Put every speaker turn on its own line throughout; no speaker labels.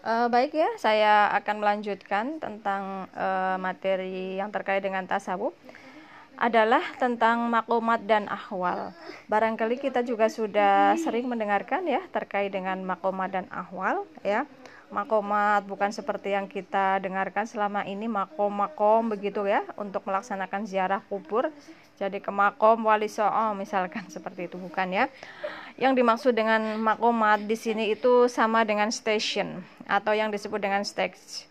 Baik ya, saya akan melanjutkan tentang materi yang terkait dengan tasawuf adalah tentang makomat dan ahwal. Barangkali kita juga sudah sering mendengarkan ya terkait dengan makomat dan ahwal ya. Makomat bukan seperti yang kita dengarkan selama ini makom-makom begitu ya untuk melaksanakan ziarah kubur. Jadi ke makom wali so'o misalkan seperti itu, bukan ya. Yang dimaksud dengan makomat di sini itu sama dengan station atau yang disebut dengan stage.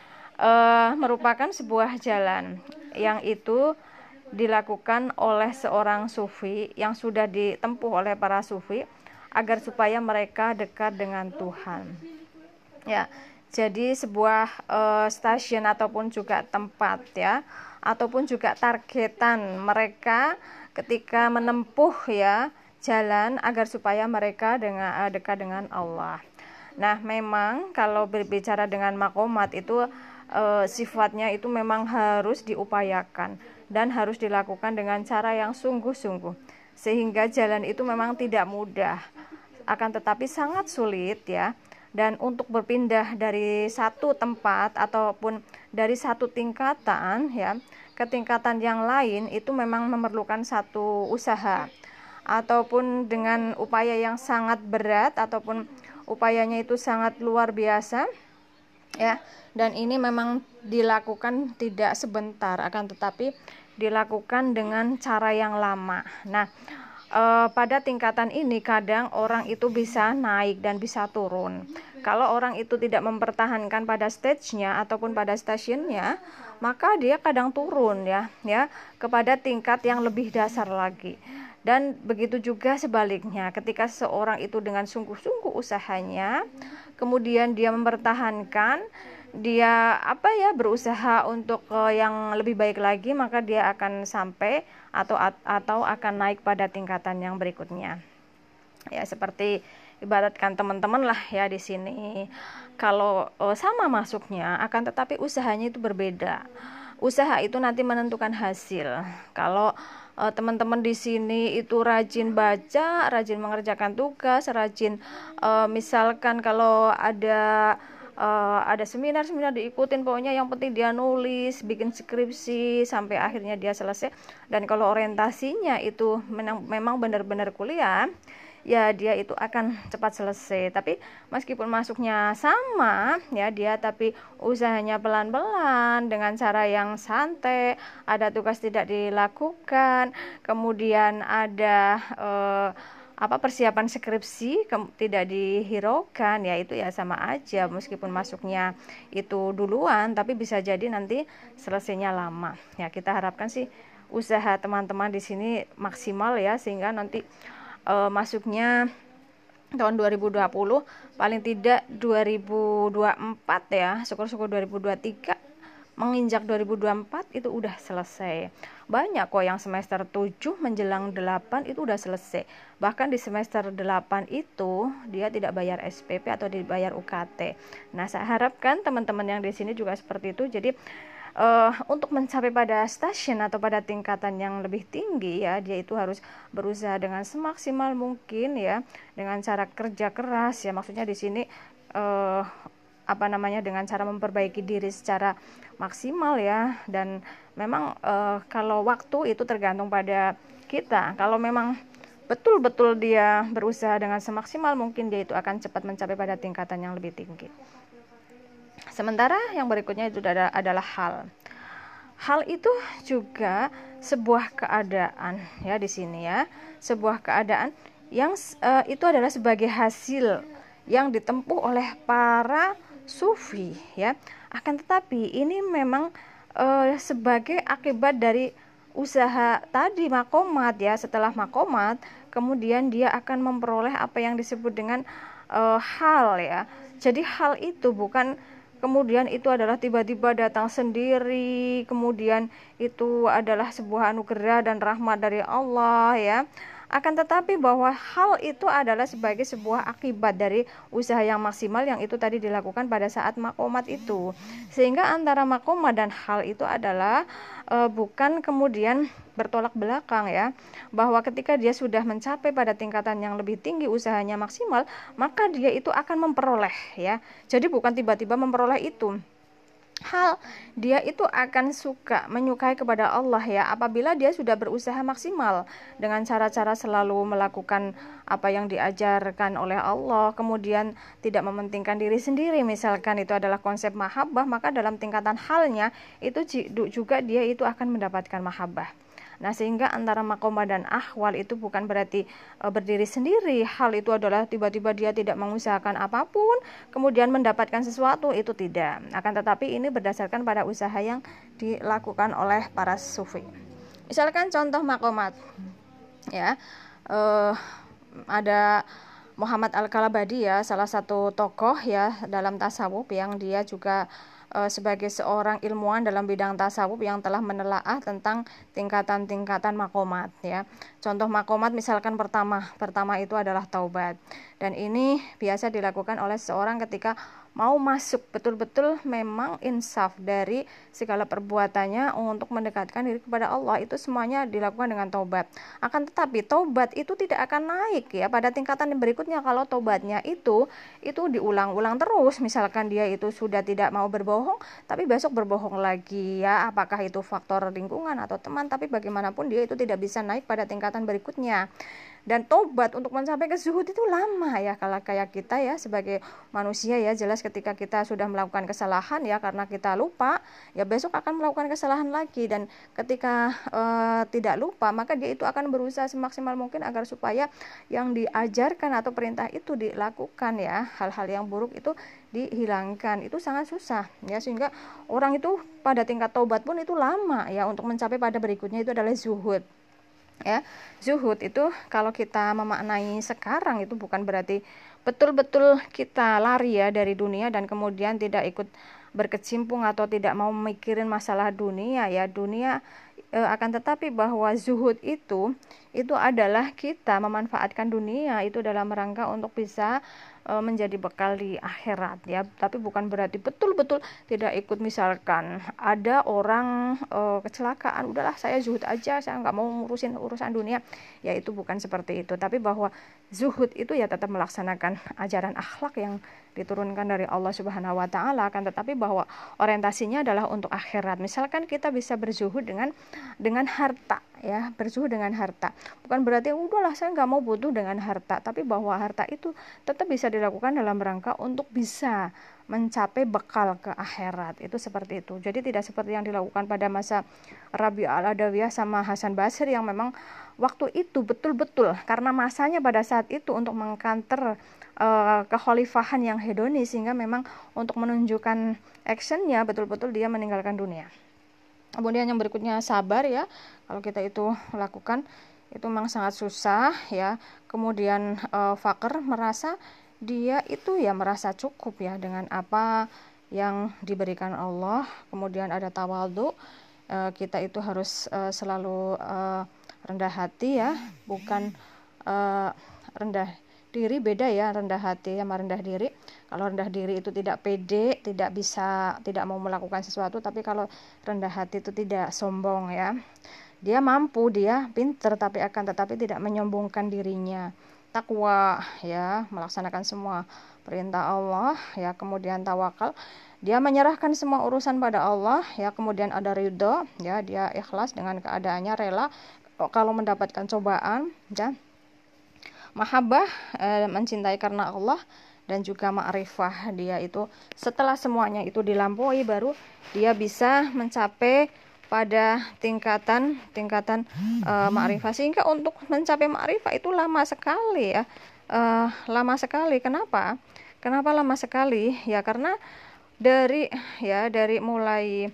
Merupakan sebuah jalan yang itu dilakukan oleh seorang sufi yang sudah ditempuh oleh para sufi agar supaya mereka dekat dengan Tuhan. Ya, jadi sebuah stasiun ataupun juga tempat ya, ataupun juga targetan mereka ketika menempuh ya jalan agar supaya mereka dekat dengan Allah. Nah, memang kalau berbicara dengan makomat itu sifatnya itu memang harus diupayakan dan harus dilakukan dengan cara yang sungguh-sungguh, sehingga jalan itu memang tidak mudah, akan tetapi sangat sulit ya. Dan untuk berpindah dari satu tempat ataupun dari satu tingkatan ya ke tingkatan yang lain itu memang memerlukan satu usaha ataupun dengan upaya yang sangat berat ataupun upayanya itu sangat luar biasa ya. Dan ini memang dilakukan tidak sebentar, akan tetapi dilakukan dengan cara yang lama. Nah, pada tingkatan ini kadang orang itu bisa naik dan bisa turun. Kalau orang itu tidak mempertahankan pada stage-nya ataupun pada stasiunnya, maka dia kadang turun ya kepada tingkat yang lebih dasar lagi. Dan begitu juga sebaliknya, ketika seorang itu dengan sungguh-sungguh usahanya, kemudian dia mempertahankan, dia berusaha untuk yang lebih baik lagi, maka dia akan sampai atau akan naik pada tingkatan yang berikutnya. Ya, seperti ibaratkan teman-teman lah ya di sini. Kalau sama masuknya, akan tetapi usahanya itu berbeda. Usaha itu nanti menentukan hasil. Kalau teman-teman di sini itu rajin baca, rajin mengerjakan tugas, rajin misalkan kalau ada seminar diikutin, pokoknya yang penting dia nulis, bikin skripsi sampai akhirnya dia selesai. Dan kalau orientasinya itu memang benar-benar kuliah, ya dia itu akan cepat selesai. Tapi meskipun masuknya sama ya dia, tapi usahanya pelan-pelan dengan cara yang santai, ada tugas tidak dilakukan, kemudian ada persiapan skripsi tidak dihiraukan, ya itu ya sama aja meskipun masuknya itu duluan, tapi bisa jadi nanti selesainya lama. Ya, kita harapkan sih usaha teman-teman di sini maksimal ya, sehingga nanti masuknya tahun 2020 paling tidak 2024 ya, syukur-syukur 2023 menginjak 2024 itu udah selesai. Banyak kok yang semester 7 menjelang 8 itu udah selesai. Bahkan di semester 8 itu dia tidak bayar SPP atau dibayar UKT. Nah, saya harapkan teman-teman yang di sini juga seperti itu. Jadi untuk mencapai pada stasiun atau pada tingkatan yang lebih tinggi ya, dia itu harus berusaha dengan semaksimal mungkin ya, dengan cara kerja keras ya. Maksudnya di sini dengan cara memperbaiki diri secara maksimal ya. Dan memang kalau waktu itu tergantung pada kita. Kalau memang betul-betul dia berusaha dengan semaksimal mungkin, dia itu akan cepat mencapai pada tingkatan yang lebih tinggi. Sementara yang berikutnya itu adalah hal itu juga sebuah keadaan ya di sini ya, sebuah keadaan yang itu adalah sebagai hasil yang ditempuh oleh para sufi ya. Akan tetapi ini memang sebagai akibat dari usaha tadi makomat ya. Setelah makomat kemudian dia akan memperoleh apa yang disebut dengan hal ya. Jadi hal itu bukan kemudian itu adalah tiba-tiba datang sendiri, kemudian itu adalah sebuah anugerah dan rahmat dari Allah ya. Akan tetapi bahwa hal itu adalah sebagai sebuah akibat dari usaha yang maksimal yang itu tadi dilakukan pada saat makomat itu. Sehingga antara makomat dan hal itu adalah bukan kemudian bertolak belakang ya, bahwa ketika dia sudah mencapai pada tingkatan yang lebih tinggi, usahanya maksimal, maka dia itu akan memperoleh ya. Jadi bukan tiba-tiba memperoleh itu. Hal dia itu akan suka menyukai kepada Allah ya apabila dia sudah berusaha maksimal dengan cara-cara selalu melakukan apa yang diajarkan oleh Allah, kemudian tidak mementingkan diri sendiri, misalkan itu adalah konsep mahabbah, maka dalam tingkatan halnya itu juga dia itu akan mendapatkan mahabbah. Nah, sehingga antara makomah dan ahwal itu bukan berarti berdiri sendiri. Hal itu adalah tiba-tiba dia tidak mengusahakan apapun kemudian mendapatkan sesuatu, itu tidak. Akan tetapi ini berdasarkan pada usaha yang dilakukan oleh para sufi. Misalkan contoh makomat ya, ada Muhammad Al-Kalabadi ya, salah satu tokoh ya dalam tasawuf yang dia juga sebagai seorang ilmuwan dalam bidang tasawuf yang telah menelaah tentang tingkatan-tingkatan makomat ya. Contoh makomat misalkan pertama itu adalah taubat, dan ini biasa dilakukan oleh seseorang ketika mau masuk betul-betul memang insaf dari segala perbuatannya untuk mendekatkan diri kepada Allah, itu semuanya dilakukan dengan taubat. Akan tetapi taubat itu tidak akan naik ya pada tingkatan yang berikutnya kalau taubatnya itu diulang-ulang terus. Misalkan dia itu sudah tidak mau berbohong tapi besok berbohong lagi ya, apakah itu faktor lingkungan atau teman, tapi bagaimanapun dia itu tidak bisa naik pada tingkatan berikutnya. Dan tobat untuk mencapai ke zuhud itu lama ya, kalau kayak kita ya sebagai manusia ya, jelas ketika kita sudah melakukan kesalahan ya karena kita lupa ya, besok akan melakukan kesalahan lagi, dan ketika tidak lupa maka dia itu akan berusaha semaksimal mungkin agar supaya yang diajarkan atau perintah itu dilakukan ya, hal-hal yang buruk itu dihilangkan. Itu sangat susah ya, sehingga orang itu pada tingkat tobat pun itu lama ya untuk mencapai pada berikutnya, itu adalah zuhud. Ya, zuhud itu kalau kita memaknai sekarang itu bukan berarti betul-betul kita lari ya dari dunia dan kemudian tidak ikut berkecimpung atau tidak mau mikirin masalah dunia ya, dunia akan tetapi bahwa zuhud itu adalah kita memanfaatkan dunia itu dalam rangka untuk bisa menjadi bekal di akhirat ya, tapi bukan berarti betul-betul tidak ikut. Misalkan ada orang kecelakaan, udahlah saya zuhud aja, saya nggak mau ngurusin urusan dunia ya, itu bukan seperti itu. Tapi bahwa zuhud itu ya tetap melaksanakan ajaran akhlak yang diturunkan dari Allah Subhanahu wa taala, akan tetapi bahwa orientasinya adalah untuk akhirat. Misalkan kita bisa berzuhud dengan harta ya, berzuhud dengan harta bukan berarti udahlah saya nggak mau butuh dengan harta, tapi bahwa harta itu tetap bisa dilakukan dalam rangka untuk bisa mencapai bekal ke akhirat, itu seperti itu. Jadi tidak seperti yang dilakukan pada masa Rabi al-Adawiyah sama Hasan Basri yang memang waktu itu betul-betul karena masanya pada saat itu untuk mengkanter kekhalifahan yang hedonis, sehingga memang untuk menunjukkan actionnya betul-betul dia meninggalkan dunia. Kemudian yang berikutnya sabar ya, kalau kita itu lakukan itu memang sangat susah ya. Kemudian fakir, merasa dia itu ya merasa cukup ya dengan apa yang diberikan Allah. Kemudian ada tawadhu, kita itu harus selalu rendah hati ya, bukan rendah diri, beda ya rendah hati sama rendah diri. Kalau rendah diri itu tidak pede, tidak bisa, tidak mau melakukan sesuatu, tapi kalau rendah hati itu tidak sombong ya, dia mampu, dia pinter, tapi akan tetapi tidak menyombongkan dirinya. Takwa ya, melaksanakan semua perintah Allah ya. Kemudian tawakal, dia menyerahkan semua urusan pada Allah ya. Kemudian ada ridho ya, dia ikhlas dengan keadaannya, rela kalau mendapatkan cobaan ya. Mahabbah, mencintai karena Allah, dan juga ma'rifah, dia itu setelah semuanya itu dilampaui baru dia bisa mencapai pada tingkatan ma'rifah. Sehingga untuk mencapai ma'rifah itu lama sekali ya, lama sekali. Kenapa lama sekali ya? Karena dari mulai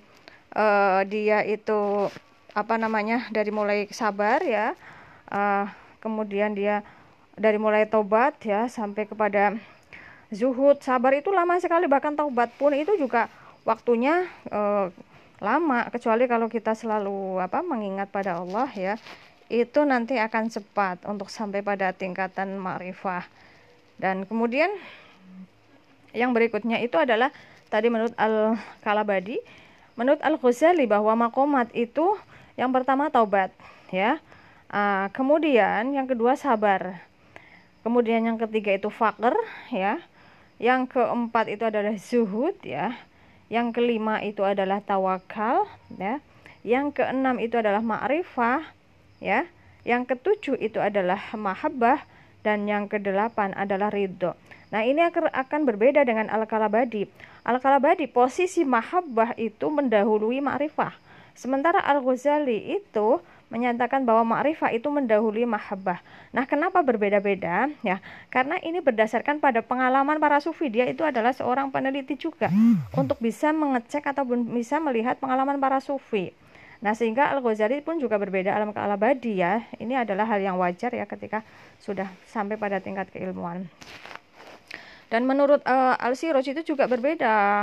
dia itu dari mulai sabar ya, kemudian dia dari mulai taubat ya sampai kepada zuhud. Sabar itu lama sekali, bahkan taubat pun itu juga waktunya lama, kecuali kalau kita selalu mengingat pada Allah ya. itu nanti akan cepat untuk sampai pada tingkatan ma'rifah. Dan kemudian yang berikutnya itu adalah tadi menurut Al-Kalabadi, menurut Al-Ghazali bahwa maqamat itu yang pertama taubat, ya. Kemudian yang kedua sabar. Kemudian yang ketiga itu faqr, ya. Yang keempat itu adalah zuhud, ya. Yang kelima itu adalah tawakal, ya. Yang keenam itu adalah ma'rifah, ya. Yang ketujuh itu adalah mahabbah, dan yang kedelapan adalah ridho. Nah, ini akan berbeda dengan Al-Kalabadi. Al-Kalabadi posisi mahabbah itu mendahului ma'rifah. Sementara Al-Ghazali itu menyatakan bahwa ma'rifah itu mendahului mahabbah. Nah, kenapa berbeda-beda? Ya, karena ini berdasarkan pada pengalaman para sufi. Dia itu adalah seorang peneliti juga untuk bisa mengecek ataupun bisa melihat pengalaman para sufi. Nah, sehingga Al-Ghazali pun juga berbeda Al-Kalabadi, ya. Ini adalah hal yang wajar ya ketika sudah sampai pada tingkat keilmuan. Dan menurut Al-Siraj itu juga berbeda.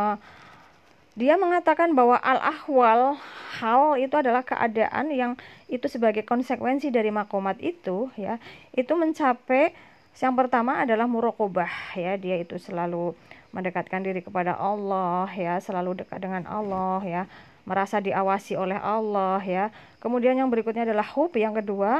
Dia mengatakan bahwa al-ahwal, hal itu adalah keadaan yang itu sebagai konsekuensi dari maqamat itu, ya. Itu mencapai yang pertama adalah muraqabah, ya. Dia itu selalu mendekatkan diri kepada Allah, ya, selalu dekat dengan Allah, ya, merasa diawasi oleh Allah, ya. Kemudian yang berikutnya adalah hub, yang kedua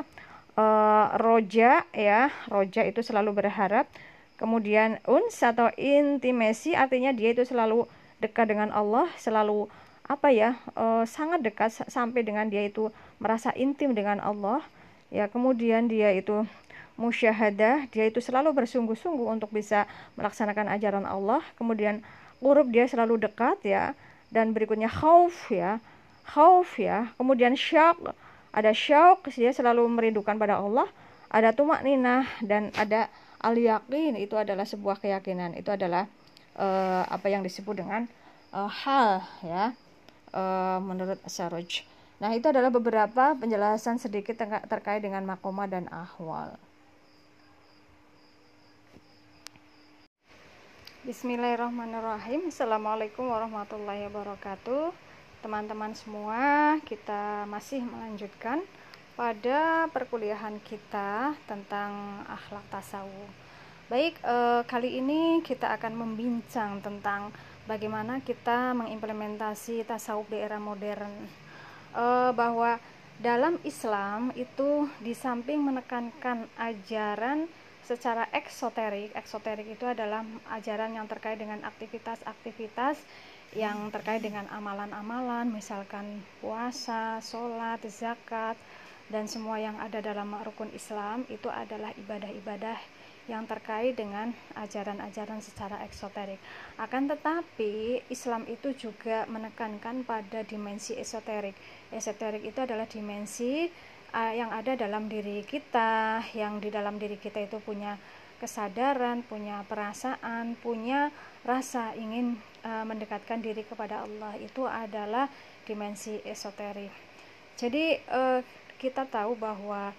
roja, ya. Roja itu selalu berharap. Kemudian uns atau intimasi, artinya dia itu selalu dekat dengan Allah, selalu sangat dekat sampai dengan dia itu merasa intim dengan Allah, ya. Kemudian dia itu musyahadah, dia itu selalu bersungguh-sungguh untuk bisa melaksanakan ajaran Allah. Kemudian qurub, dia selalu dekat, ya. Dan berikutnya khauf, ya. Kemudian syauq, ada syauq, dia selalu merindukan pada Allah. Ada tumakninah dan ada al-yaqin, itu adalah sebuah keyakinan. Itu adalah apa yang disebut dengan hal, ya, menurut Saroj. Nah, itu adalah beberapa penjelasan sedikit terkait dengan maqamat dan ahwal. Bismillahirrahmanirrahim. Assalamualaikum warahmatullahi wabarakatuh. Teman-teman semua, kita masih melanjutkan pada perkuliahan kita tentang akhlak tasawuf. Baik, kali ini kita akan membincang tentang bagaimana kita mengimplementasi tasawuf di era modern. Bahwa dalam Islam itu di samping menekankan ajaran secara eksoterik itu adalah ajaran yang terkait dengan aktivitas-aktivitas yang terkait dengan amalan-amalan, misalkan puasa, sholat, zakat, dan semua yang ada dalam rukun Islam itu adalah ibadah-ibadah yang terkait dengan ajaran-ajaran secara eksoterik. Akan tetapi Islam itu juga menekankan pada dimensi esoterik. Esoterik itu adalah dimensi yang ada dalam diri kita, yang di dalam diri kita itu punya kesadaran, punya perasaan, punya rasa ingin mendekatkan diri kepada Allah. Itu adalah dimensi esoterik. Jadi kita tahu bahwa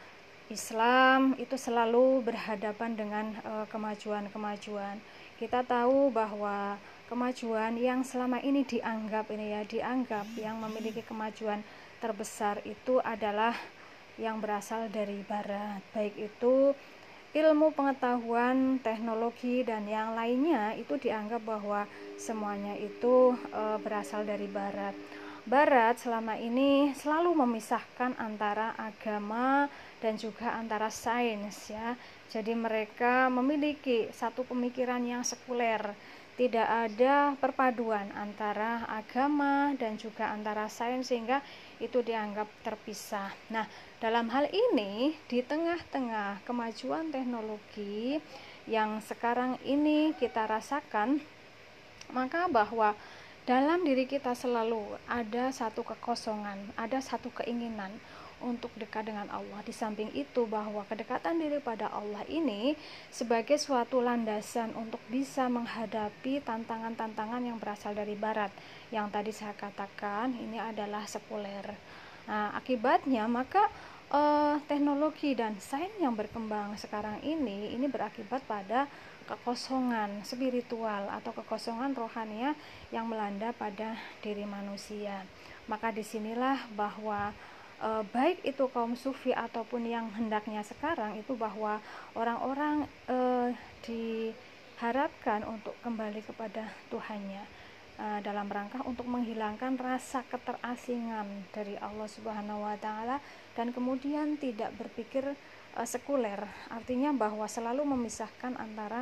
Islam itu selalu berhadapan dengan kemajuan-kemajuan. Kita tahu bahwa kemajuan yang selama ini dianggap yang memiliki kemajuan terbesar itu adalah yang berasal dari barat, baik itu ilmu pengetahuan, teknologi, dan yang lainnya itu dianggap bahwa semuanya itu berasal dari barat. Barat selama ini selalu memisahkan antara agama dan juga antara sains, ya. Jadi mereka memiliki satu pemikiran yang sekuler. Tidak ada perpaduan antara agama dan juga antara sains, sehingga itu dianggap terpisah. Nah, dalam hal ini di tengah-tengah kemajuan teknologi yang sekarang ini kita rasakan, maka bahwa dalam diri kita selalu ada satu kekosongan, ada satu keinginan untuk dekat dengan Allah. Di samping itu bahwa kedekatan diri pada Allah ini sebagai suatu landasan untuk bisa menghadapi tantangan-tantangan yang berasal dari barat. Yang tadi saya katakan ini adalah sekuler. Nah, akibatnya maka teknologi dan sains yang berkembang sekarang ini berakibat pada kekosongan spiritual atau kekosongan rohania yang melanda pada diri manusia. Maka disinilah bahwa baik itu kaum sufi ataupun yang hendaknya sekarang itu, bahwa orang-orang diharapkan untuk kembali kepada Tuhannya, dalam rangka untuk menghilangkan rasa keterasingan dari Allah Subhanahu wa taala, dan kemudian tidak berpikir sekuler, artinya bahwa selalu memisahkan antara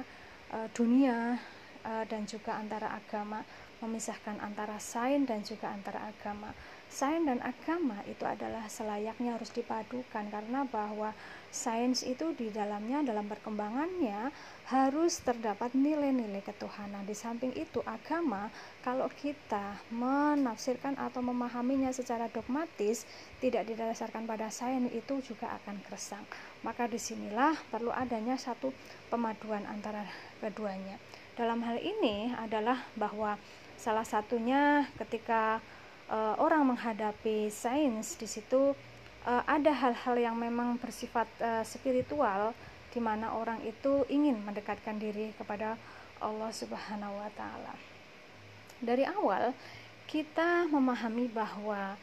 dunia dan juga antara agama, memisahkan antara sains dan juga antara agama. Sains dan agama itu adalah selayaknya harus dipadukan, karena bahwa sains itu di dalamnya, dalam perkembangannya harus terdapat nilai-nilai ketuhanan. Di samping itu agama, kalau kita menafsirkan atau memahaminya secara dogmatis, tidak didasarkan pada sains, itu juga akan gersang. Maka disinilah perlu adanya satu pemaduan antara keduanya. Dalam hal ini adalah bahwa salah satunya ketika orang menghadapi sains, di situ ada hal-hal yang memang bersifat spiritual, di mana orang itu ingin mendekatkan diri kepada Allah Subhanahu wa taala. Dari awal kita memahami bahwa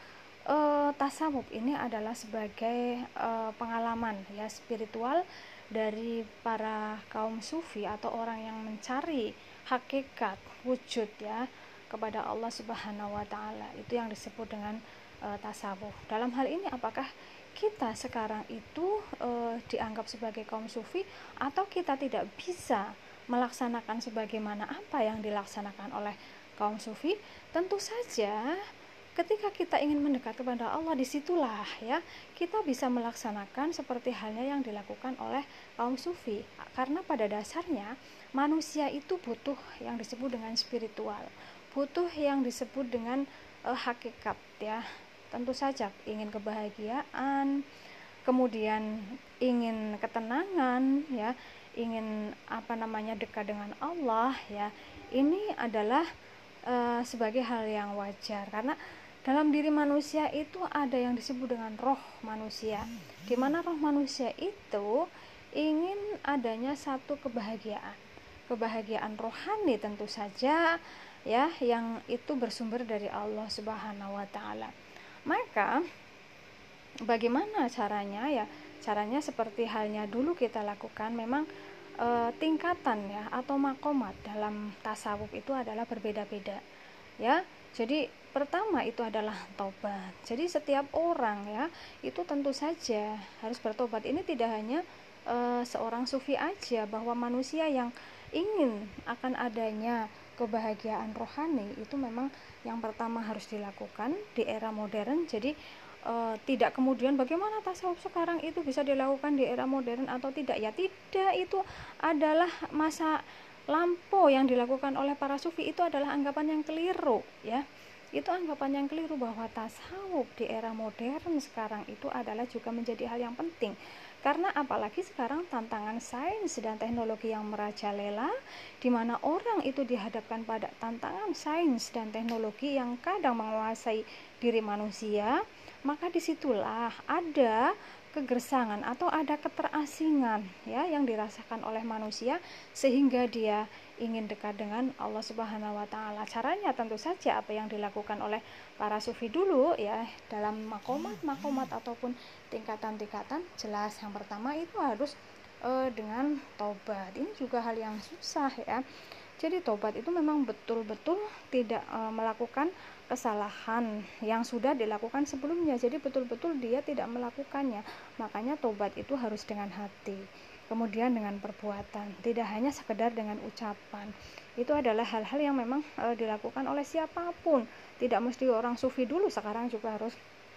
tasawuf ini adalah sebagai pengalaman ya spiritual dari para kaum sufi atau orang yang mencari hakikat wujud ya kepada Allah Subhanahu wa taala. Itu yang disebut dengan tasawuf. Dalam hal ini apakah kita sekarang itu dianggap sebagai kaum sufi, atau kita tidak bisa melaksanakan sebagaimana apa yang dilaksanakan oleh kaum sufi? Tentu saja ketika kita ingin mendekat kepada Allah, disitulah ya kita bisa melaksanakan seperti halnya yang dilakukan oleh kaum sufi, karena pada dasarnya manusia itu butuh yang disebut dengan spiritual, butuh yang disebut dengan hakikat ya. Tentu saja ingin kebahagiaan, kemudian ingin ketenangan ya, ingin dekat dengan Allah ya. Ini adalah sebagai hal yang wajar, karena dalam diri manusia itu ada yang disebut dengan roh manusia, di mana roh manusia itu ingin adanya satu kebahagiaan rohani tentu saja ya, yang itu bersumber dari Allah Subhanahu wa taala. Maka bagaimana caranya ya? Caranya seperti halnya dulu kita lakukan, memang tingkatan ya atau makomat dalam tasawuf itu adalah berbeda-beda ya. Jadi pertama itu adalah taubat. Jadi setiap orang ya itu tentu saja harus bertobat. Ini tidak hanya seorang sufi aja, bahwa manusia yang ingin akan adanya kebahagiaan rohani itu memang yang pertama harus dilakukan di era modern. Jadi tidak kemudian bagaimana tasawuf sekarang itu bisa dilakukan di era modern atau tidak, ya tidak, itu adalah masa lampau yang dilakukan oleh para sufi. Itu adalah anggapan yang keliru ya, itu anggapan yang keliru bahwa tasawuf di era modern sekarang itu adalah juga menjadi hal yang penting. Karena apalagi sekarang tantangan sains dan teknologi yang merajalela, di mana orang itu dihadapkan pada tantangan sains dan teknologi yang kadang menguasai diri manusia, maka disitulah ada kegersangan atau ada keterasingan ya yang dirasakan oleh manusia, sehingga dia ingin dekat dengan Allah Subhanahu wa taala. Caranya tentu saja apa yang dilakukan oleh para sufi dulu ya, dalam makomat ataupun tingkatan-tingkatan. Jelas yang pertama itu harus dengan taubat. Ini juga hal yang susah ya. Jadi taubat itu memang betul-betul tidak melakukan kesalahan yang sudah dilakukan sebelumnya. Jadi betul-betul dia tidak melakukannya. Makanya taubat itu harus dengan hati, kemudian dengan perbuatan, tidak hanya sekedar dengan ucapan. Itu adalah hal-hal yang memang dilakukan oleh siapapun, tidak mesti orang sufi dulu, sekarang juga harus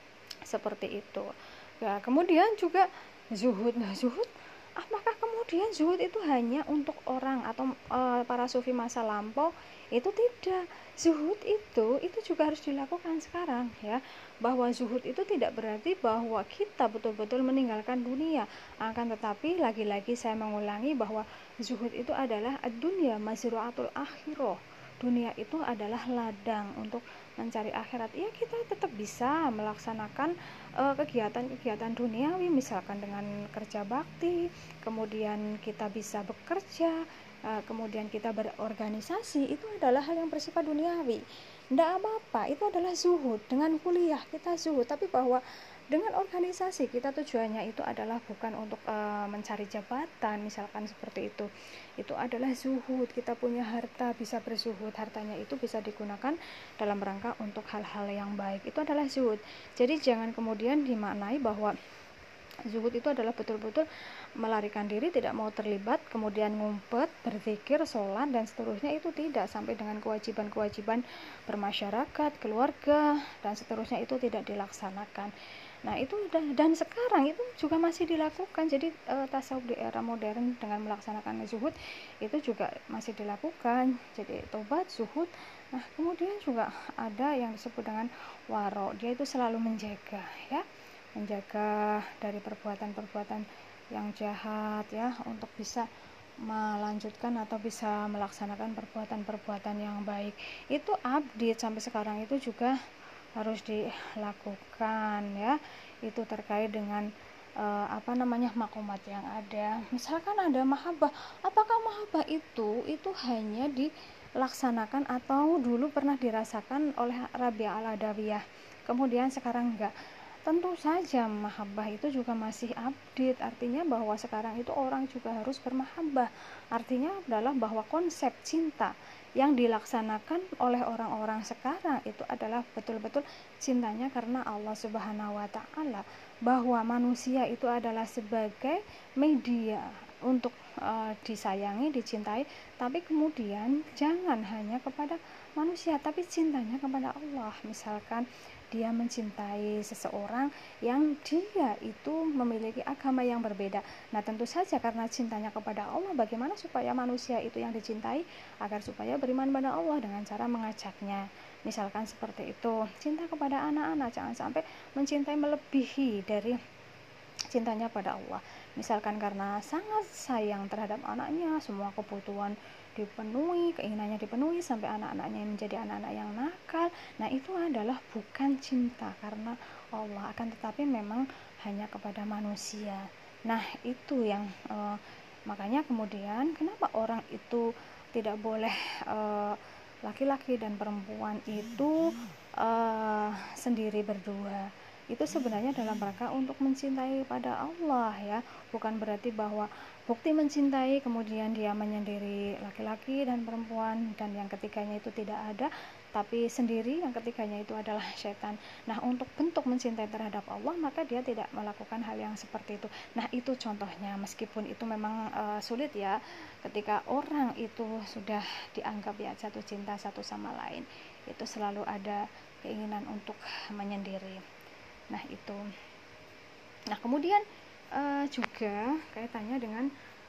seperti itu ya. Kemudian juga zuhud. Nah, zuhud, apakah kemudian zuhud itu hanya untuk orang atau para sufi masa lampau? Itu tidak. Zuhud itu juga harus dilakukan sekarang ya. Bahwa zuhud itu tidak berarti bahwa kita betul-betul meninggalkan dunia, akan tetapi lagi-lagi saya mengulangi bahwa zuhud itu adalah ad-dunya mazru'atul akhirah. Dunia itu adalah ladang untuk mencari akhirat. Ya, kita tetap bisa melaksanakan kegiatan-kegiatan duniawi, misalkan dengan kerja bakti, kemudian kita bisa bekerja, kemudian kita berorganisasi. Itu adalah hal yang bersifat duniawi, tidak apa-apa, itu adalah zuhud. Dengan kuliah kita zuhud, tapi bahwa Dengan organisasi kita tujuannya itu adalah bukan untuk mencari jabatan, misalkan seperti itu adalah zuhud. Kita punya harta, bisa berzuhud, hartanya itu bisa digunakan dalam rangka untuk hal-hal yang baik, itu adalah zuhud. Jadi jangan kemudian dimaknai bahwa zuhud itu adalah betul-betul melarikan diri, tidak mau terlibat, kemudian ngumpet, berzikir, sholat, dan seterusnya. Itu tidak, sampai dengan kewajiban-kewajiban bermasyarakat, keluarga, dan seterusnya itu tidak dilaksanakan. Nah itu dan sekarang itu juga masih dilakukan. Jadi tasawuf di era modern dengan melaksanakan zuhud itu juga masih dilakukan. Jadi tobat, zuhud. Nah kemudian juga ada yang disebut dengan waro, dia itu selalu menjaga, ya, menjaga dari perbuatan-perbuatan yang jahat, ya, untuk bisa melanjutkan atau bisa melaksanakan perbuatan-perbuatan yang baik. Itu update sampai sekarang, itu juga harus dilakukan, ya. Itu terkait dengan makomat yang ada. Misalkan ada mahabbah, apakah mahabbah itu hanya dilaksanakan atau dulu pernah dirasakan oleh Rabi'ah al-Adawiyah kemudian sekarang enggak? Tentu saja mahabbah itu juga masih update. Artinya bahwa sekarang itu orang juga harus bermahabbah. Artinya adalah bahwa konsep cinta yang dilaksanakan oleh orang-orang sekarang itu adalah betul-betul cintanya karena Allah Subhanahu wa taala, bahwa manusia itu adalah sebagai media untuk disayangi, dicintai, tapi kemudian jangan hanya kepada manusia, tapi cintanya kepada Allah. Misalkan dia mencintai seseorang yang dia itu memiliki agama yang berbeda. Nah tentu saja karena cintanya kepada Allah, bagaimana supaya manusia itu yang dicintai agar supaya beriman pada Allah dengan cara mengajaknya. Misalkan seperti itu. Cinta kepada anak-anak, jangan sampai mencintai melebihi dari cintanya pada Allah. Misalkan karena sangat sayang terhadap anaknya, semua kebutuhan dipenuhi, keinginannya dipenuhi, sampai anak-anaknya menjadi anak-anak yang nakal. Nah itu adalah bukan cinta karena Allah, akan tetapi memang hanya kepada manusia. Nah itu yang makanya kemudian kenapa orang itu tidak boleh laki-laki dan perempuan itu sendiri berdua. Itu sebenarnya dalam rangka untuk mencintai pada Allah, ya, bukan berarti bahwa bukti mencintai kemudian dia menyendiri laki-laki dan perempuan dan yang ketiganya itu tidak ada, tapi sendiri yang ketiganya itu adalah setan. Nah untuk bentuk mencintai terhadap Allah, maka dia tidak melakukan hal yang seperti itu. Nah itu contohnya, meskipun itu memang sulit, ya, ketika orang itu sudah dianggap ya jatuh cinta satu sama lain, itu selalu ada keinginan untuk menyendiri. Nah itu. Nah kemudian juga kaitannya dengan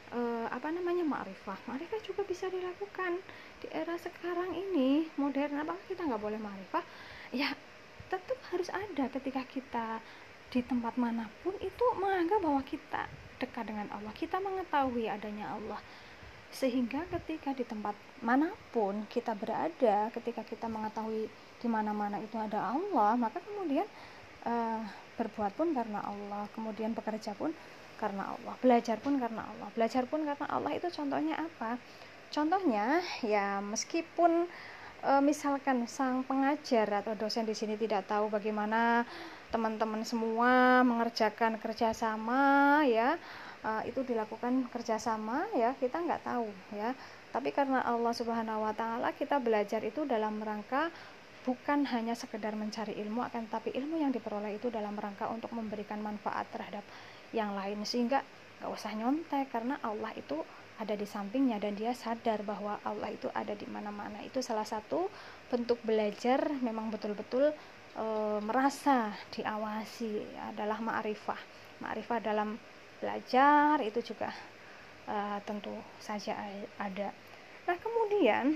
ma'rifah. Ma'rifah juga bisa dilakukan di era sekarang ini modern. Apakah kita nggak boleh ma'rifah? Ya tetap harus ada. Ketika kita di tempat manapun itu menganggap bahwa kita dekat dengan Allah, kita mengetahui adanya Allah, sehingga ketika di tempat manapun kita berada, ketika kita mengetahui di mana-mana itu ada Allah, maka kemudian berbuat pun karena Allah, kemudian bekerja pun karena Allah, belajar pun karena Allah. Belajar pun karena Allah itu contohnya apa? Contohnya ya meskipun misalkan sang pengajar atau dosen di sini tidak tahu bagaimana teman-teman semua mengerjakan kerjasama, ya, itu dilakukan kerjasama, ya, kita nggak tahu, ya. Tapi karena Allah Subhanahu wa taala, kita belajar itu dalam rangka bukan hanya sekedar mencari ilmu, akan tetapi ilmu yang diperoleh itu dalam rangka untuk memberikan manfaat terhadap yang lain, sehingga nggak usah nyontek karena Allah itu ada di sampingnya dan dia sadar bahwa Allah itu ada di mana-mana. Itu salah satu bentuk belajar, memang betul-betul merasa diawasi, adalah ma'rifah. Ma'rifah dalam belajar itu juga tentu saja ada. Nah kemudian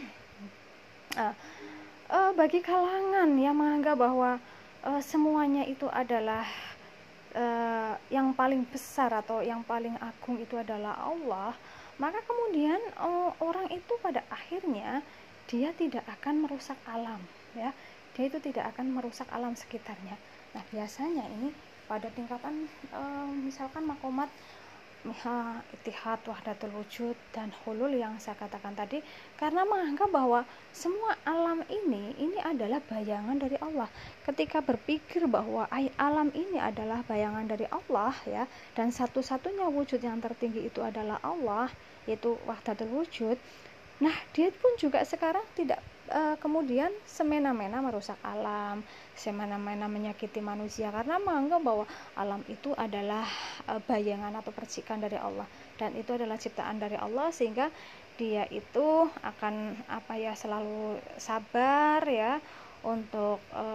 bagi kalangan yang menganggap bahwa semuanya itu adalah yang paling besar atau yang paling agung itu adalah Allah, maka kemudian orang itu pada akhirnya dia tidak akan merusak alam, ya, dia itu tidak akan merusak alam sekitarnya. Nah biasanya ini pada tingkatan misalkan makomat ittihad, wahdatul wujud, dan hulul yang saya katakan tadi, karena menganggap bahwa semua alam ini adalah bayangan dari Allah. Ketika berpikir bahwa alam ini adalah bayangan dari Allah ya, dan satu-satunya wujud yang tertinggi itu adalah Allah, yaitu wahdatul wujud. Nah, dia pun juga sekarang tidak kemudian semena-mena merusak alam, semena-mena menyakiti manusia, karena menganggap bahwa alam itu adalah bayangan atau percikan dari Allah, dan itu adalah ciptaan dari Allah, sehingga dia itu akan selalu sabar ya untuk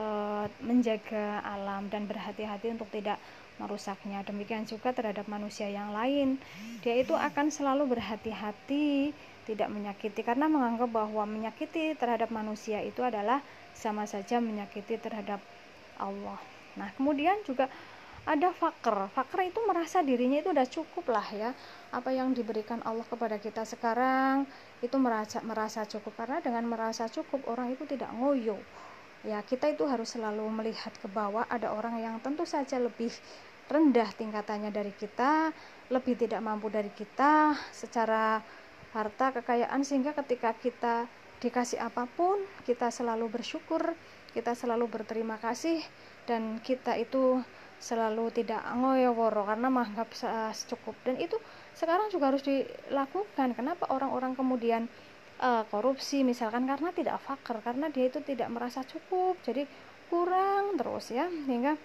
menjaga alam dan berhati-hati untuk tidak merusaknya. Demikian juga terhadap manusia yang lain, dia itu akan selalu berhati-hati tidak menyakiti, karena menganggap bahwa menyakiti terhadap manusia itu adalah sama saja menyakiti terhadap Allah. Nah, kemudian juga ada fakir. Fakir itu merasa dirinya itu udah cukup lah ya, apa yang diberikan Allah kepada kita sekarang itu merasa cukup, karena dengan merasa cukup orang itu tidak ngoyo ya. Kita itu harus selalu melihat ke bawah, ada orang yang tentu saja lebih rendah tingkatannya dari kita, lebih tidak mampu dari kita secara harta, kekayaan, sehingga ketika kita dikasih apapun kita selalu bersyukur, kita selalu berterima kasih, dan kita itu selalu tidak ngoyo-woro karena menganggap cukup. Dan itu sekarang juga harus dilakukan. Kenapa orang-orang kemudian korupsi misalkan? Karena tidak fakir, karena dia itu tidak merasa cukup, jadi kurang terus ya, sehingga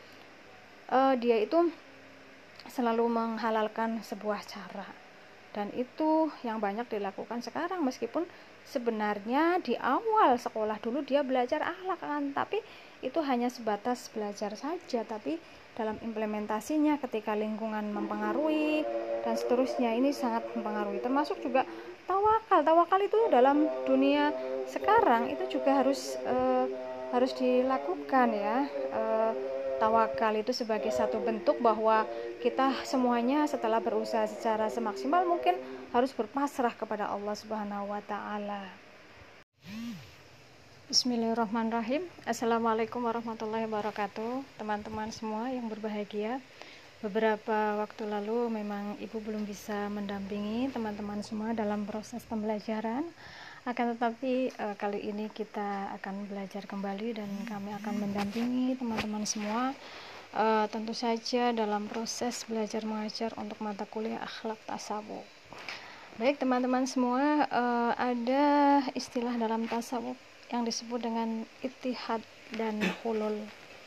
dia itu selalu menghalalkan sebuah cara. Dan itu yang banyak dilakukan sekarang, meskipun sebenarnya di awal sekolah dulu dia belajar akhlak kan, tapi itu hanya sebatas belajar saja, tapi dalam implementasinya ketika lingkungan mempengaruhi dan seterusnya ini sangat mempengaruhi. Termasuk juga tawakal itu dalam dunia sekarang itu juga harus dilakukan ya. Tawakal itu sebagai satu bentuk bahwa kita semuanya setelah berusaha secara semaksimal mungkin harus berpasrah kepada Allah Subhanahu wa taala. Bismillahirrahmanirrahim. Assalamualaikum warahmatullahi wabarakatuh. Teman-teman semua yang berbahagia, beberapa waktu lalu memang Ibu belum bisa mendampingi teman-teman semua dalam proses pembelajaran. Akan tetapi kali ini kita akan belajar kembali dan kami akan mendampingi teman-teman semua, tentu saja dalam proses belajar mengajar untuk mata kuliah akhlak tasawuf. Baik teman-teman semua, ada istilah dalam tasawuf yang disebut dengan ittihad dan hulul.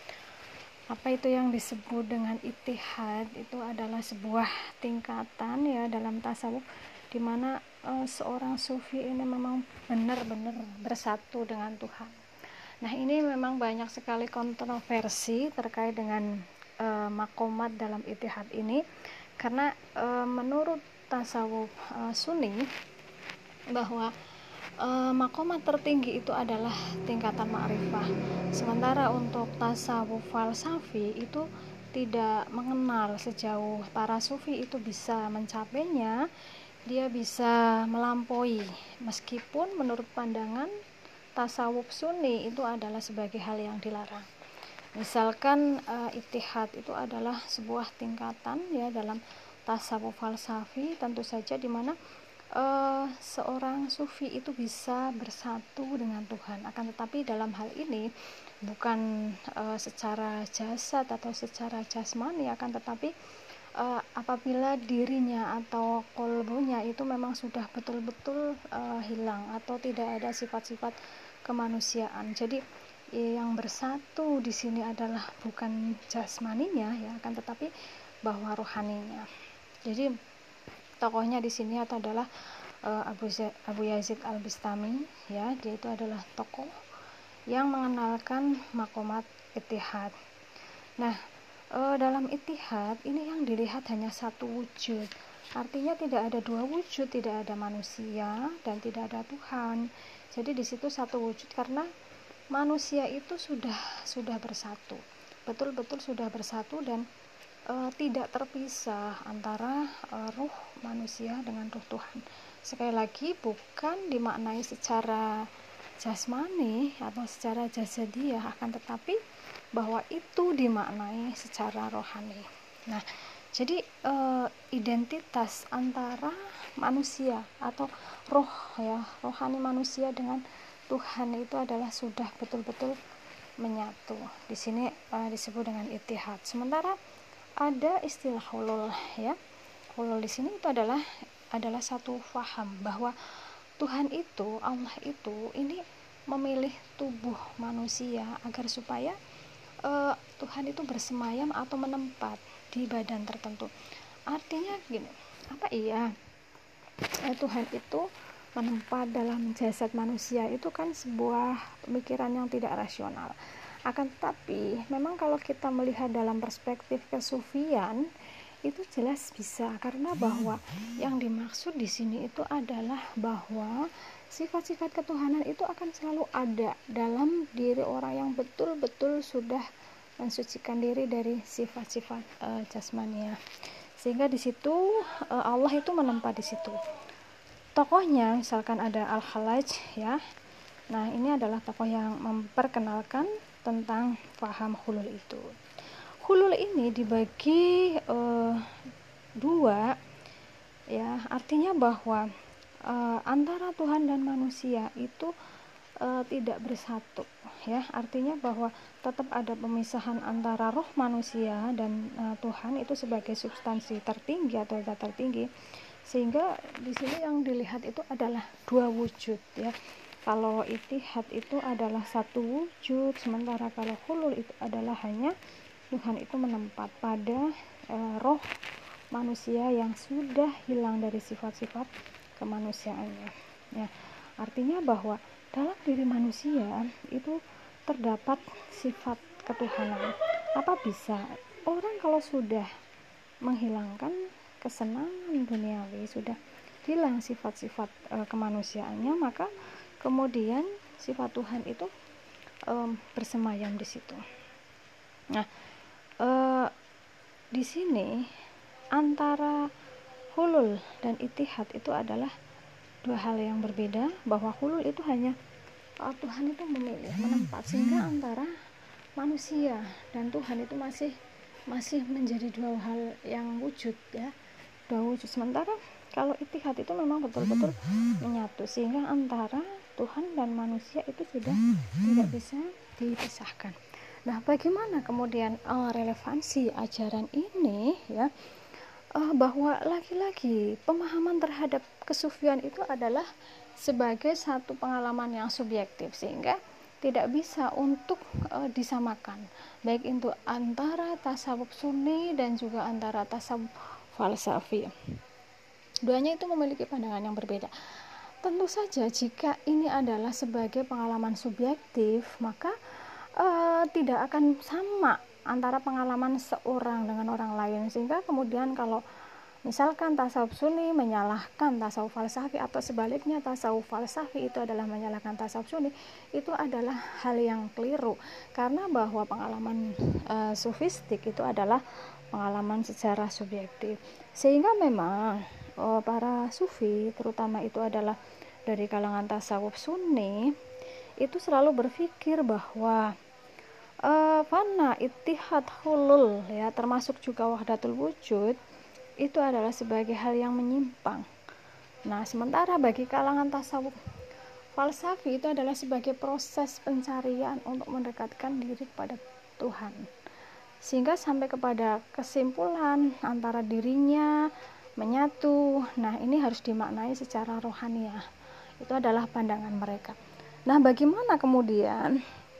Apa itu yang disebut dengan ittihad? Itu adalah sebuah tingkatan ya dalam tasawuf, di mana seorang sufi ini memang benar-benar bersatu dengan Tuhan. Nah, ini memang banyak sekali kontroversi terkait dengan makomat dalam ittihad ini, karena menurut tasawuf Sunni bahwa makomat tertinggi itu adalah tingkatan ma'rifah, sementara untuk tasawuf falsafi itu tidak mengenal sejauh para sufi itu bisa mencapainya. Dia bisa melampaui, meskipun menurut pandangan tasawuf Sunni itu adalah sebagai hal yang dilarang. Misalkan ittihad itu adalah sebuah tingkatan ya dalam tasawuf falsafi, tentu saja di mana seorang sufi itu bisa bersatu dengan Tuhan. Akan tetapi dalam hal ini bukan secara jasad atau secara jasmani, akan tetapi apabila dirinya atau kolbunya itu memang sudah betul-betul hilang atau tidak ada sifat-sifat kemanusiaan. Jadi yang bersatu di sini adalah bukan jasmaninya ya, akan tetapi bahwa rohaninya. Jadi tokohnya di sini adalah Abu Yazid Al-Bistami ya, dia itu adalah tokoh yang mengenalkan makomat ittihad. Nah, dalam ittihad ini yang dilihat hanya satu wujud, artinya tidak ada dua wujud, tidak ada manusia dan tidak ada Tuhan. Jadi di situ satu wujud, karena manusia itu sudah bersatu, betul-betul sudah bersatu, dan tidak terpisah antara ruh manusia dengan ruh Tuhan. Sekali lagi, bukan dimaknai secara jasmani atau secara jasadiah, akan tetapi bahwa itu dimaknai secara rohani. Nah, Jadi identitas antara manusia atau roh ya, rohani manusia dengan Tuhan itu adalah sudah betul-betul menyatu. Di sini disebut dengan ittihad. Sementara ada istilah hulul ya. Hulul di sini itu adalah satu faham bahwa Tuhan itu, Allah itu ini memilih tubuh manusia agar supaya Tuhan itu bersemayam atau menempat di badan tertentu. Artinya gini, apa iya Tuhan itu menempat dalam jasad manusia? Itu kan sebuah pemikiran yang tidak rasional. Akan tetapi memang kalau kita melihat dalam perspektif kesufian itu jelas bisa, karena bahwa yang dimaksud di sini itu adalah bahwa sifat-sifat ketuhanan itu akan selalu ada dalam diri orang yang betul-betul sudah mensucikan diri dari sifat-sifat jasmania. Sehingga di situ Allah itu menempat di situ. Tokohnya misalkan ada Al-Hallaj ya. Nah, ini adalah tokoh yang memperkenalkan tentang paham hulul itu. Hulul ini dibagi dua ya, artinya bahwa antara Tuhan dan manusia itu tidak bersatu ya, artinya bahwa tetap ada pemisahan antara roh manusia dan Tuhan itu sebagai substansi tertinggi atau zat tertinggi, sehingga di sini yang dilihat itu adalah dua wujud ya. Kalau ittihad itu adalah satu wujud, sementara kalau hulul itu adalah hanya Tuhan itu menempat pada roh manusia yang sudah hilang dari sifat-sifat kemanusiaannya ya. Artinya bahwa dalam diri manusia itu terdapat sifat ketuhanan. Apa bisa orang kalau sudah menghilangkan kesenangan duniawi, sudah hilang sifat-sifat kemanusiaannya, maka kemudian sifat Tuhan itu bersemayam di situ. Nah, di sini antara hulul dan ittihad itu adalah dua hal yang berbeda, bahwa hulul itu hanya Tuhan itu memilih menempat, sehingga antara manusia dan Tuhan itu masih menjadi dua hal yang wujud ya, dua wujud. Sementara kalau ittihad itu memang betul-betul menyatu, sehingga antara Tuhan dan manusia itu sudah tidak bisa dipisahkan. Nah, bagaimana kemudian relevansi ajaran ini ya? Bahwa lagi-lagi pemahaman terhadap kesufian itu adalah sebagai satu pengalaman yang subjektif, sehingga tidak bisa untuk disamakan, baik itu antara tasawuf sunni dan juga antara tasawuf falsafi. Duanya itu memiliki pandangan yang berbeda. Tentu saja jika ini adalah sebagai pengalaman subjektif, maka tidak akan sama antara pengalaman seorang dengan orang lain, sehingga kemudian kalau misalkan tasawuf sunni menyalahkan tasawuf falsafi atau sebaliknya tasawuf falsafi itu adalah menyalahkan tasawuf sunni, itu adalah hal yang keliru, karena bahwa pengalaman sufistik itu adalah pengalaman secara subjektif, sehingga memang para sufi terutama itu adalah dari kalangan tasawuf sunni itu selalu berpikir bahwa fana, ittihad, hulul ya, termasuk juga wahdatul wujud itu adalah sebagai hal yang menyimpang. Nah, sementara bagi kalangan tasawuf falsafi itu adalah sebagai proses pencarian untuk mendekatkan diri kepada Tuhan, sehingga sampai kepada kesimpulan antara dirinya menyatu. Nah, ini harus dimaknai secara rohaniah. Itu adalah pandangan mereka. Nah, bagaimana kemudian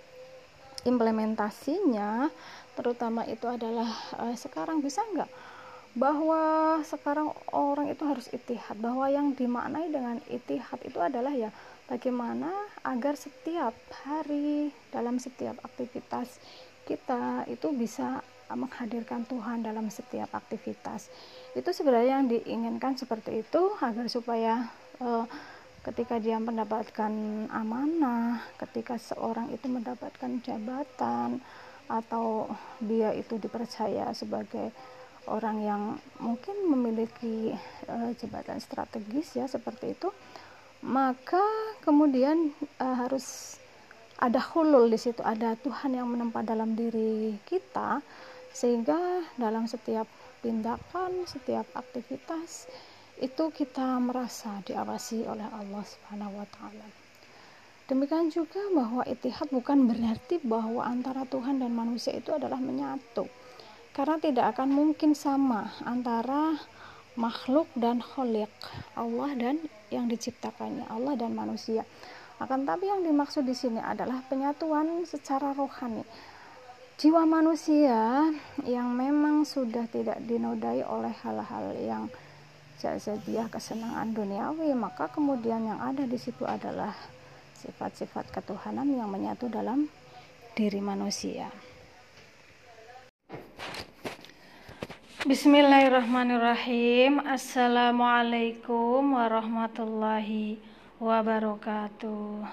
implementasinya, terutama itu adalah sekarang bisa enggak bahwa sekarang orang itu harus ittihad, bahwa yang dimaknai dengan ittihad itu adalah ya bagaimana agar setiap hari dalam setiap aktivitas kita itu bisa menghadirkan Tuhan dalam setiap aktivitas. Itu sebenarnya yang diinginkan seperti itu, agar supaya ketika dia mendapatkan amanah, ketika seorang itu mendapatkan jabatan, atau dia itu dipercaya sebagai orang yang mungkin memiliki jabatan strategis ya seperti itu, maka kemudian harus ada hulul di situ, ada Tuhan yang menempat dalam diri kita, sehingga dalam setiap
tindakan, setiap aktivitas itu kita merasa diawasi oleh Allah Subhanahu wa taala. Demikian juga bahwa ittihad bukan berarti bahwa antara Tuhan dan manusia itu adalah menyatu. Karena tidak akan mungkin sama antara makhluk dan khaliq, Allah dan yang diciptakannya, Allah dan manusia. Akan tapi yang dimaksud di sini adalah penyatuan secara rohani. Jiwa manusia yang memang sudah tidak dinodai oleh hal-hal yang jazabiyah, kesenangan duniawi, maka kemudian yang ada di situ adalah sifat-sifat ketuhanan yang menyatu dalam diri manusia. Bismillahirrahmanirrahim. Assalamualaikum warahmatullahi wabarakatuh.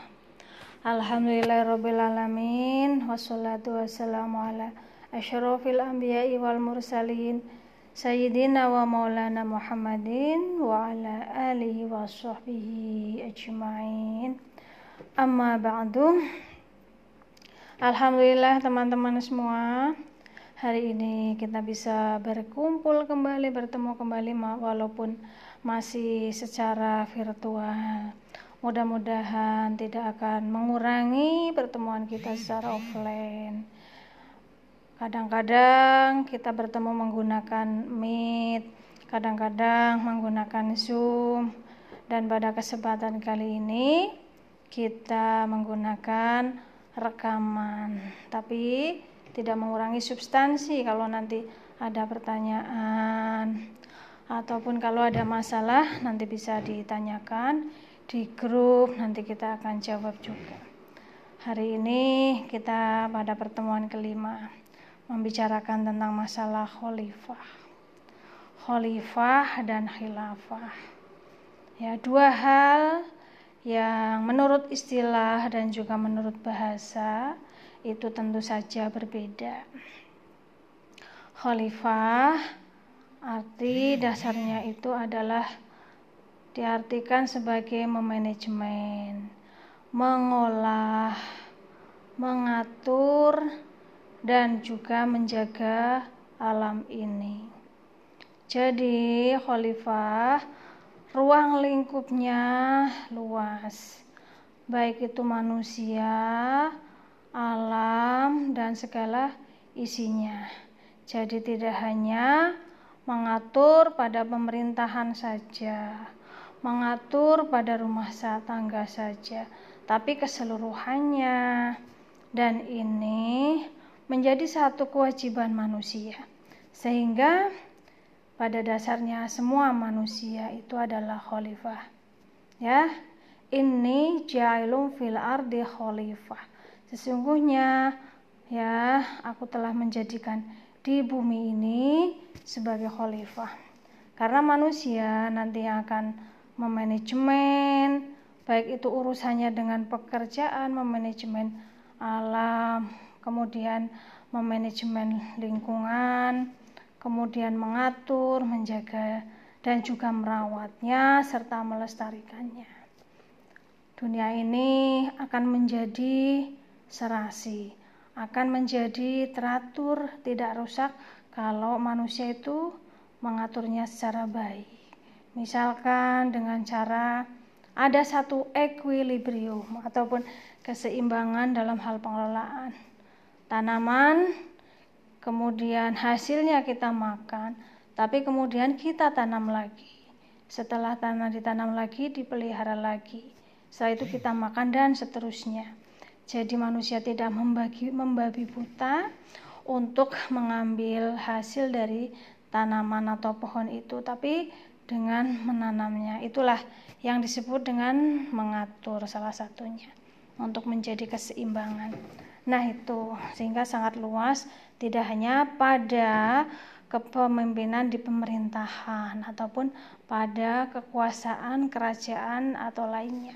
Alhamdulillahirrabbilalamin. Wassalatu wassalamu ala asyrafil anbiya'i wal mursalin Sayyidina wa maulana Muhammadin wa ala alihi wa sahbihi ajma'in. Amma ba'du. Alhamdulillah teman-teman semua, hari ini kita bisa berkumpul kembali, bertemu kembali walaupun masih secara virtual. Mudah-mudahan tidak akan mengurangi pertemuan kita secara offline. Kadang-kadang kita bertemu menggunakan Meet, kadang-kadang menggunakan Zoom, dan pada kesempatan kali ini kita menggunakan rekaman, tapi tidak mengurangi substansi. Kalau nanti ada pertanyaan ataupun kalau ada masalah nanti bisa ditanyakan di grup, nanti kita akan jawab juga. Hari ini kita pada pertemuan kelima membicarakan tentang masalah khalifah dan khilafah. Ya, dua hal yang menurut istilah dan juga menurut bahasa itu tentu saja berbeda. Khalifah arti dasarnya itu adalah diartikan sebagai memanajemen, mengolah, mengatur, dan juga menjaga alam ini. Jadi khalifah ruang lingkupnya luas, baik itu manusia, alam, dan segala isinya. Jadi tidak hanya mengatur pada pemerintahan saja, mengatur pada rumah tangga saja, tapi keseluruhannya. Dan ini menjadi satu kewajiban manusia, sehingga pada dasarnya semua manusia itu adalah khalifah. Ya, inni ja'ilun fil ardi khalifah. Sesungguhnya ya, aku telah menjadikan di bumi ini sebagai khalifah. Karena manusia nanti akan memanajemen, baik itu urusannya dengan pekerjaan, memanajemen alam, kemudian memanajemen lingkungan, kemudian mengatur, menjaga, dan juga merawatnya serta melestarikannya. Dunia ini akan menjadi serasi, akan menjadi teratur, tidak rusak kalau manusia itu mengaturnya secara baik. Misalkan dengan cara ada satu equilibrium ataupun keseimbangan dalam hal pengelolaan tanaman, kemudian hasilnya kita makan, tapi kemudian kita tanam lagi. Setelah ditanam lagi, dipelihara lagi. Setelah itu kita makan dan seterusnya. Jadi manusia tidak membabi buta untuk mengambil hasil dari tanaman atau pohon itu, tapi dengan menanamnya. Itulah yang disebut dengan mengatur, salah satunya untuk menjadi keseimbangan. Nah itu, sehingga sangat luas, tidak hanya pada kepemimpinan di pemerintahan ataupun pada kekuasaan kerajaan atau lainnya.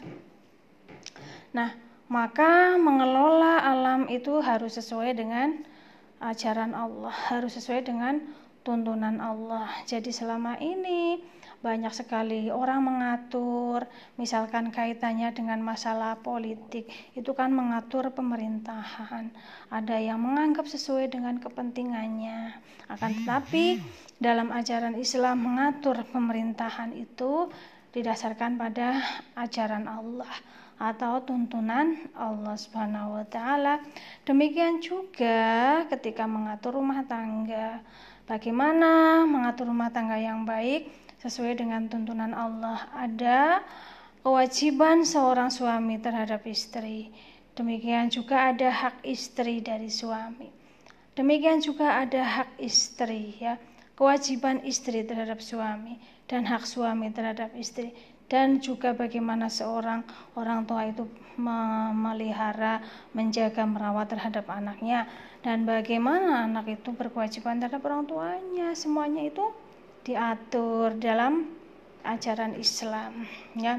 Nah, maka mengelola alam itu harus sesuai dengan ajaran Allah, harus sesuai dengan tuntunan Allah. Jadi selama ini banyak sekali orang mengatur, misalkan kaitannya dengan masalah politik, itu kan mengatur pemerintahan. Ada yang menganggap sesuai dengan kepentingannya. Akan tetapi dalam ajaran Islam mengatur pemerintahan itu didasarkan pada ajaran Allah atau tuntunan Allah Subhanahu wa taala. Demikian juga ketika mengatur rumah tangga. Bagaimana mengatur rumah tangga yang baik sesuai dengan tuntunan Allah? Ada kewajiban seorang suami terhadap istri. Demikian juga ada hak istri dari suami. Demikian juga ada hak istri, ya. Kewajiban istri terhadap suami dan hak suami terhadap istri. Dan juga bagaimana seorang orang tua itu memelihara, menjaga, merawat terhadap anaknya, dan bagaimana anak itu berkewajiban terhadap orang tuanya. Semuanya itu diatur dalam ajaran Islam, ya.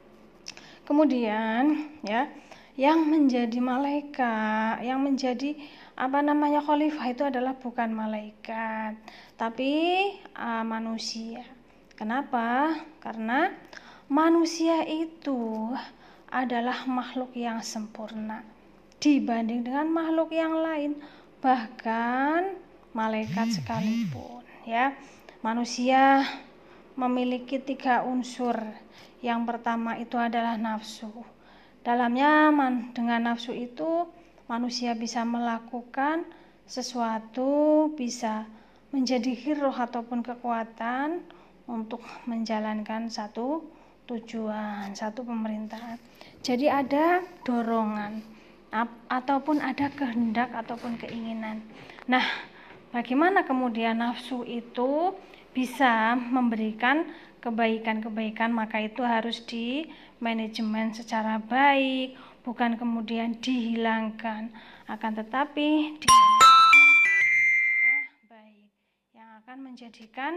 Kemudian, ya, yang menjadi malaikat, yang menjadi khalifah itu adalah bukan malaikat, tapi manusia. Kenapa? Karena manusia itu adalah makhluk yang sempurna dibanding dengan makhluk yang lain, bahkan malaikat sekalipun, ya. Manusia memiliki 3 unsur. Yang pertama itu adalah nafsu. Dalamnya dengan nafsu itu manusia bisa melakukan sesuatu, bisa menjadi hero ataupun kekuatan untuk menjalankan satu tujuan, satu pemerintahan. Jadi ada dorongan ataupun ada kehendak ataupun keinginan. Nah, bagaimana kemudian nafsu itu bisa memberikan kebaikan-kebaikan? Maka itu harus di manajemen secara baik, bukan kemudian dihilangkan, akan tetapi secara baik yang akan menjadikan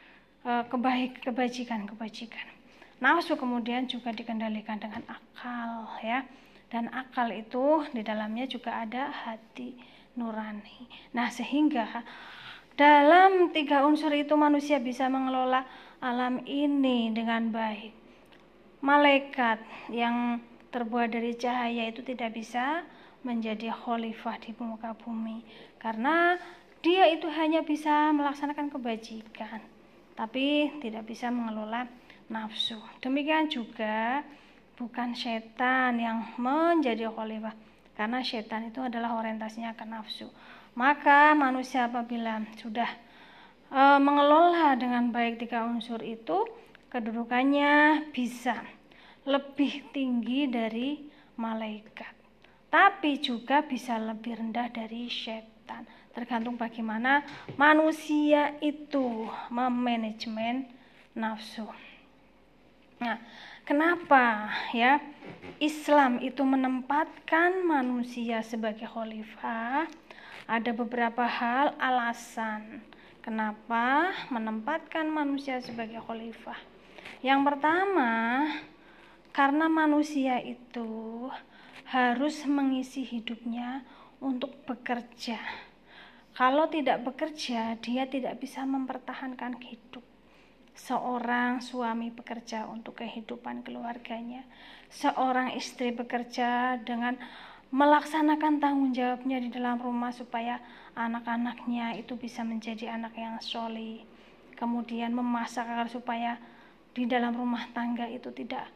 kebajikan. Nafsu kemudian juga dikendalikan dengan akal, ya. Dan akal itu di dalamnya juga ada hati nurani. Nah, sehingga dalam 3 unsur itu manusia bisa mengelola alam ini dengan baik. Malaikat yang terbuat dari cahaya itu tidak bisa menjadi khalifah di muka bumi, karena dia itu hanya bisa melaksanakan kebajikan, tapi tidak bisa mengelola nafsu. Demikian juga bukan setan yang menjadi khalifah, karena setan itu adalah orientasinya ke nafsu. Maka manusia apabila sudah mengelola dengan baik 3 unsur itu, kedudukannya bisa lebih tinggi dari malaikat, tapi juga bisa lebih rendah dari setan, tergantung bagaimana manusia itu memanajemen nafsu. Nah, kenapa, ya, Islam itu menempatkan manusia sebagai khalifah? Ada beberapa hal alasan kenapa menempatkan manusia sebagai khalifah. Yang pertama, karena manusia itu harus mengisi hidupnya untuk bekerja. Kalau tidak bekerja, dia tidak bisa mempertahankan hidup. Seorang suami bekerja untuk kehidupan keluarganya. Seorang istri bekerja dengan melaksanakan tanggung jawabnya di dalam rumah supaya anak-anaknya itu bisa menjadi anak yang soleh. Kemudian memasak agar supaya di dalam rumah tangga itu tidak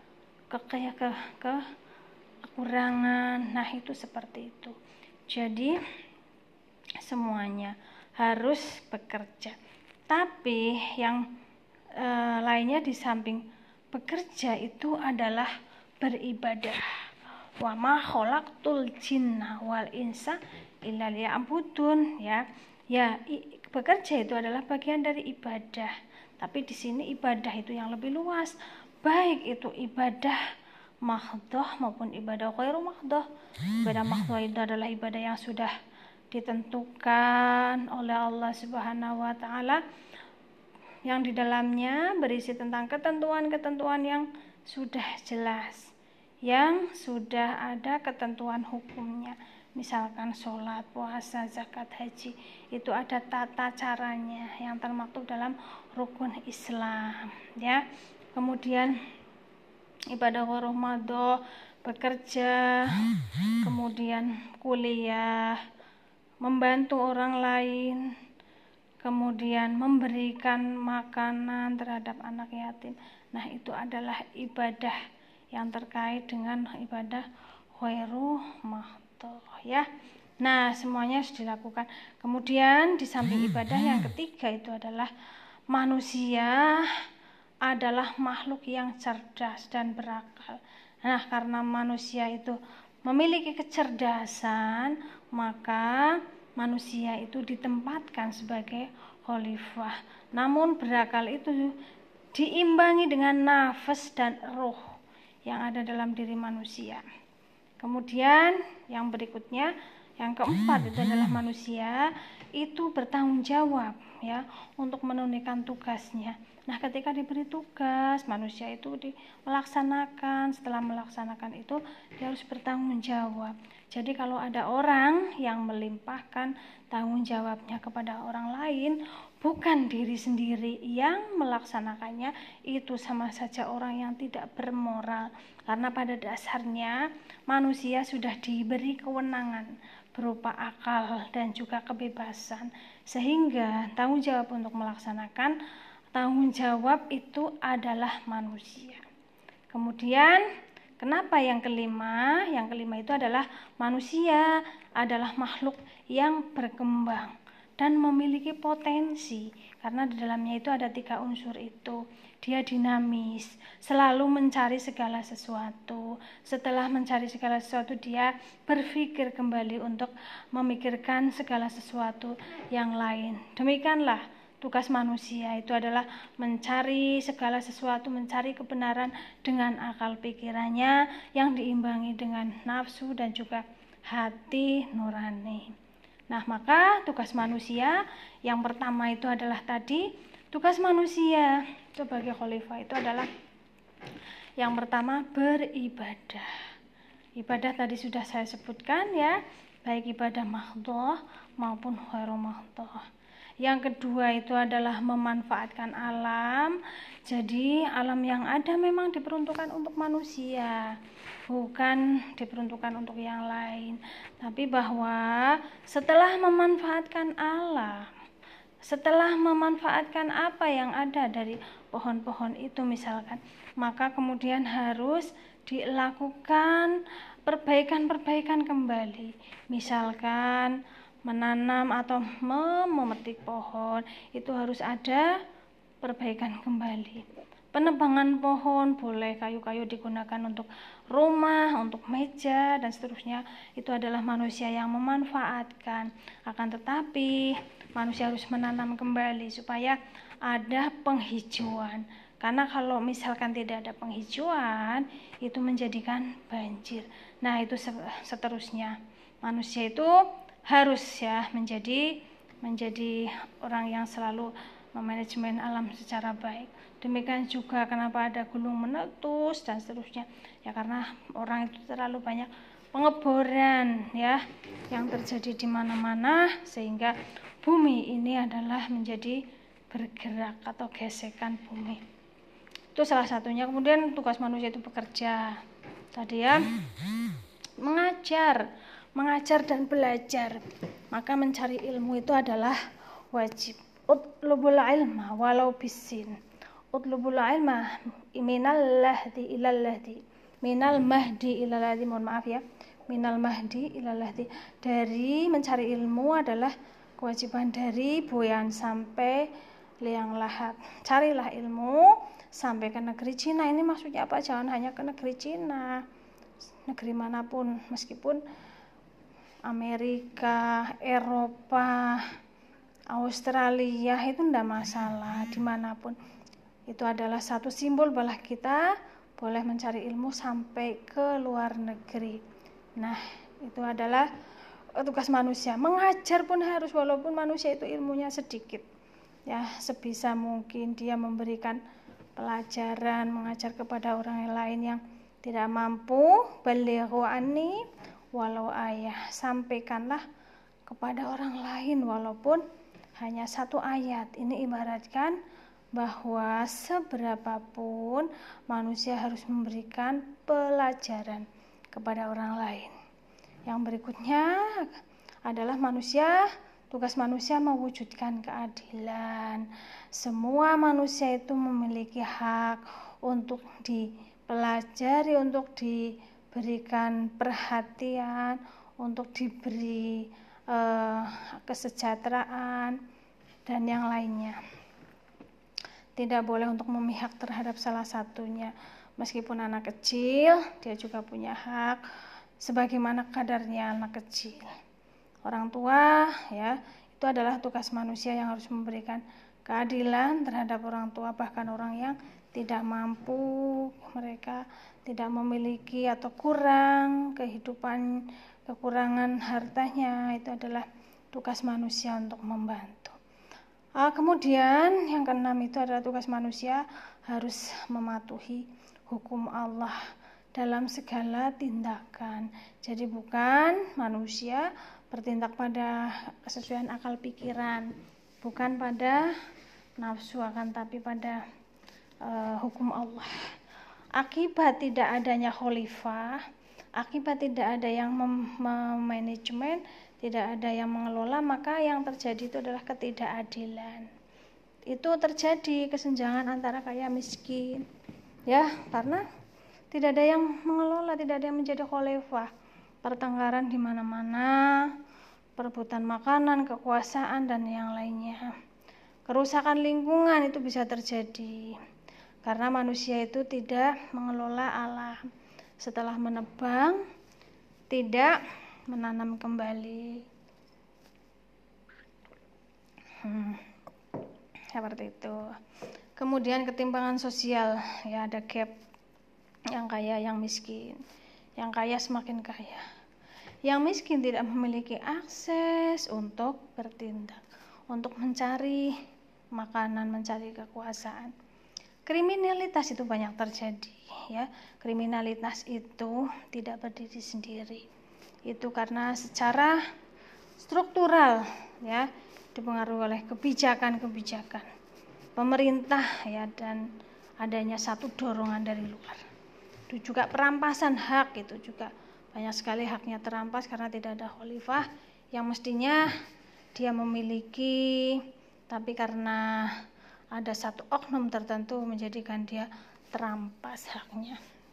kekurangan. Nah, itu seperti itu. Jadi semuanya harus bekerja. Tapi yang lainnya di samping bekerja itu adalah beribadah. Wa ma khalaqtul jinna wal insa illa liya'budun, ya. Bekerja itu adalah bagian dari ibadah. Tapi di sini ibadah itu yang lebih luas, baik itu ibadah mahdhah maupun ibadah ghairu mahdhah. Ibadah mahdhah itu adalah ibadah yang sudah ditentukan oleh Allah Subhanahu wa taala, yang di dalamnya berisi tentang ketentuan-ketentuan yang sudah jelas, yang sudah ada ketentuan hukumnya. Misalkan sholat, puasa, zakat, haji, itu ada tata caranya yang termaktub dalam rukun Islam, ya. Kemudian ibadah Ramadan, bekerja, kemudian kuliah, membantu orang lain, kemudian memberikan makanan terhadap anak yatim. Nah, itu adalah ibadah yang terkait dengan ibadah khairu mahdoh, ya. Nah, semuanya harus dilakukan. Kemudian di samping ibadah yang ketiga itu adalah manusia adalah makhluk yang cerdas dan berakal. Nah, karena manusia itu memiliki kecerdasan, maka manusia itu ditempatkan sebagai khalifah. Namun berakal itu diimbangi dengan nafas dan roh yang ada dalam diri manusia. Kemudian yang berikutnya, yang keempat itu adalah manusia itu bertanggung jawab, ya, untuk menunaikan tugasnya. Nah, ketika diberi tugas, manusia itu melaksanakan. Setelah melaksanakan itu, dia harus bertanggung jawab. Jadi kalau ada orang yang melimpahkan tanggung jawabnya kepada orang lain, bukan diri sendiri yang melaksanakannya, itu sama saja orang yang tidak bermoral. Karena pada dasarnya manusia sudah diberi kewenangan berupa akal dan juga kebebasan, sehingga tanggung jawab untuk melaksanakan tanggung jawab itu adalah manusia. Kemudian kenapa yang kelima? Yang kelima itu adalah manusia adalah makhluk yang berkembang dan memiliki potensi, karena di dalamnya itu ada 3 unsur itu. Dia dinamis, selalu mencari segala sesuatu. Setelah mencari segala sesuatu, dia berpikir kembali untuk memikirkan segala sesuatu yang lain. Demikianlah tugas manusia itu adalah mencari segala sesuatu, mencari kebenaran dengan akal pikirannya yang diimbangi dengan nafsu dan juga hati nurani. Nah, maka tugas manusia yang pertama itu adalah tadi, tugas manusia sebagai khalifah itu adalah yang pertama beribadah. Ibadah tadi sudah saya sebutkan, ya, baik ibadah mahdhoh maupun khairu mahdhoh. Yang kedua itu adalah memanfaatkan alam. Jadi alam yang ada memang diperuntukkan untuk manusia, bukan diperuntukkan untuk yang lain. Tapi bahwa setelah memanfaatkan alam, setelah memanfaatkan apa yang ada dari pohon-pohon itu misalkan, maka kemudian harus dilakukan perbaikan-perbaikan kembali. Misalkan menanam atau memetik pohon, itu harus ada perbaikan kembali. Penebangan pohon, boleh kayu-kayu digunakan untuk rumah, untuk meja, dan seterusnya. Itu adalah manusia yang memanfaatkan. Akan tetapi manusia harus menanam kembali supaya ada penghijauan. Karena kalau misalkan tidak ada penghijauan, itu menjadikan banjir. Nah, itu seterusnya. Manusia itu harus, ya, menjadi orang yang selalu memanajemen alam secara baik. Demikian juga kenapa ada gunung meletus dan seterusnya, ya karena orang itu terlalu banyak pengeboran, ya, yang terjadi di mana-mana, sehingga bumi ini adalah menjadi bergerak atau gesekan bumi. Itu salah satunya. Kemudian tugas manusia itu bekerja tadi, ya, mengajar dan belajar. Maka mencari ilmu itu adalah wajib. Utlubul ilma walau bisin. Utlubul ilma minal lahdi ilal lahdi. Minal mahdi ilal lahdi. Mohon maaf, ya. Minal mahdi ilal lahdi. Dari mencari ilmu adalah kewajiban dari buyan sampai liang lahat. Carilah ilmu sampai ke negeri Cina. Ini maksudnya apa? Jangan hanya ke negeri Cina, negeri manapun, meskipun Amerika, Eropa, Australia, itu tidak masalah, dimanapun. Itu adalah satu simbol bahwa kita boleh mencari ilmu sampai ke luar negeri. Nah, itu adalah tugas manusia. Mengajar pun harus, walaupun manusia itu ilmunya sedikit, ya, sebisa mungkin dia memberikan pelajaran, mengajar kepada orang lain yang tidak mampu. Balighu anni walau ayah, sampaikanlah kepada orang lain walaupun hanya satu ayat. Ini ibaratkan bahwa seberapapun manusia harus memberikan pelajaran kepada orang lain. Yang berikutnya adalah tugas manusia mewujudkan keadilan. Semua manusia itu memiliki hak untuk dipelajari, untuk diberikan perhatian, untuk diberi kesejahteraan dan yang lainnya. Tidak boleh untuk memihak terhadap salah satunya. Meskipun anak kecil, dia juga punya hak sebagaimana kadarnya anak kecil. Orang tua, ya, itu adalah tugas manusia yang harus memberikan keadilan terhadap orang tua, bahkan orang yang tidak mampu, mereka tidak memiliki atau kurang kehidupan, kekurangan hartanya. Itu adalah tugas manusia untuk membantu. Kemudian yang keenam itu adalah tugas manusia harus mematuhi hukum Allah dalam segala tindakan. Jadi bukan manusia bertindak pada kesesuaian akal pikiran, bukan pada nafsu, akan tapi pada hukum Allah. Akibat tidak adanya khalifah, akibat tidak ada yang memanajemen, tidak ada yang mengelola, maka yang terjadi itu adalah ketidakadilan. Itu terjadi kesenjangan antara kaya miskin, ya, karena tidak ada yang mengelola, tidak ada yang menjadi khalifah. Pertengkaran di mana-mana, perebutan makanan, kekuasaan dan yang lainnya. Kerusakan lingkungan itu bisa terjadi karena manusia itu tidak mengelola alam. Setelah menebang, tidak menanam kembali. Seperti itu. Kemudian ketimpangan sosial, ya, ada gap, yang kaya, yang miskin. Yang kaya semakin kaya. Yang miskin tidak memiliki akses untuk bertindak, untuk mencari makanan, mencari kekuasaan. Kriminalitas itu banyak terjadi, ya. Kriminalitas itu tidak berdiri sendiri. Itu karena secara struktural, ya, dipengaruhi oleh kebijakan-kebijakan pemerintah, ya, dan adanya satu dorongan dari luar. Itu juga perampasan hak, itu juga banyak sekali haknya terampas karena tidak ada khalifah yang mestinya dia memiliki, tapi karena ada satu oknum tertentu menjadikan dia terampas haknya.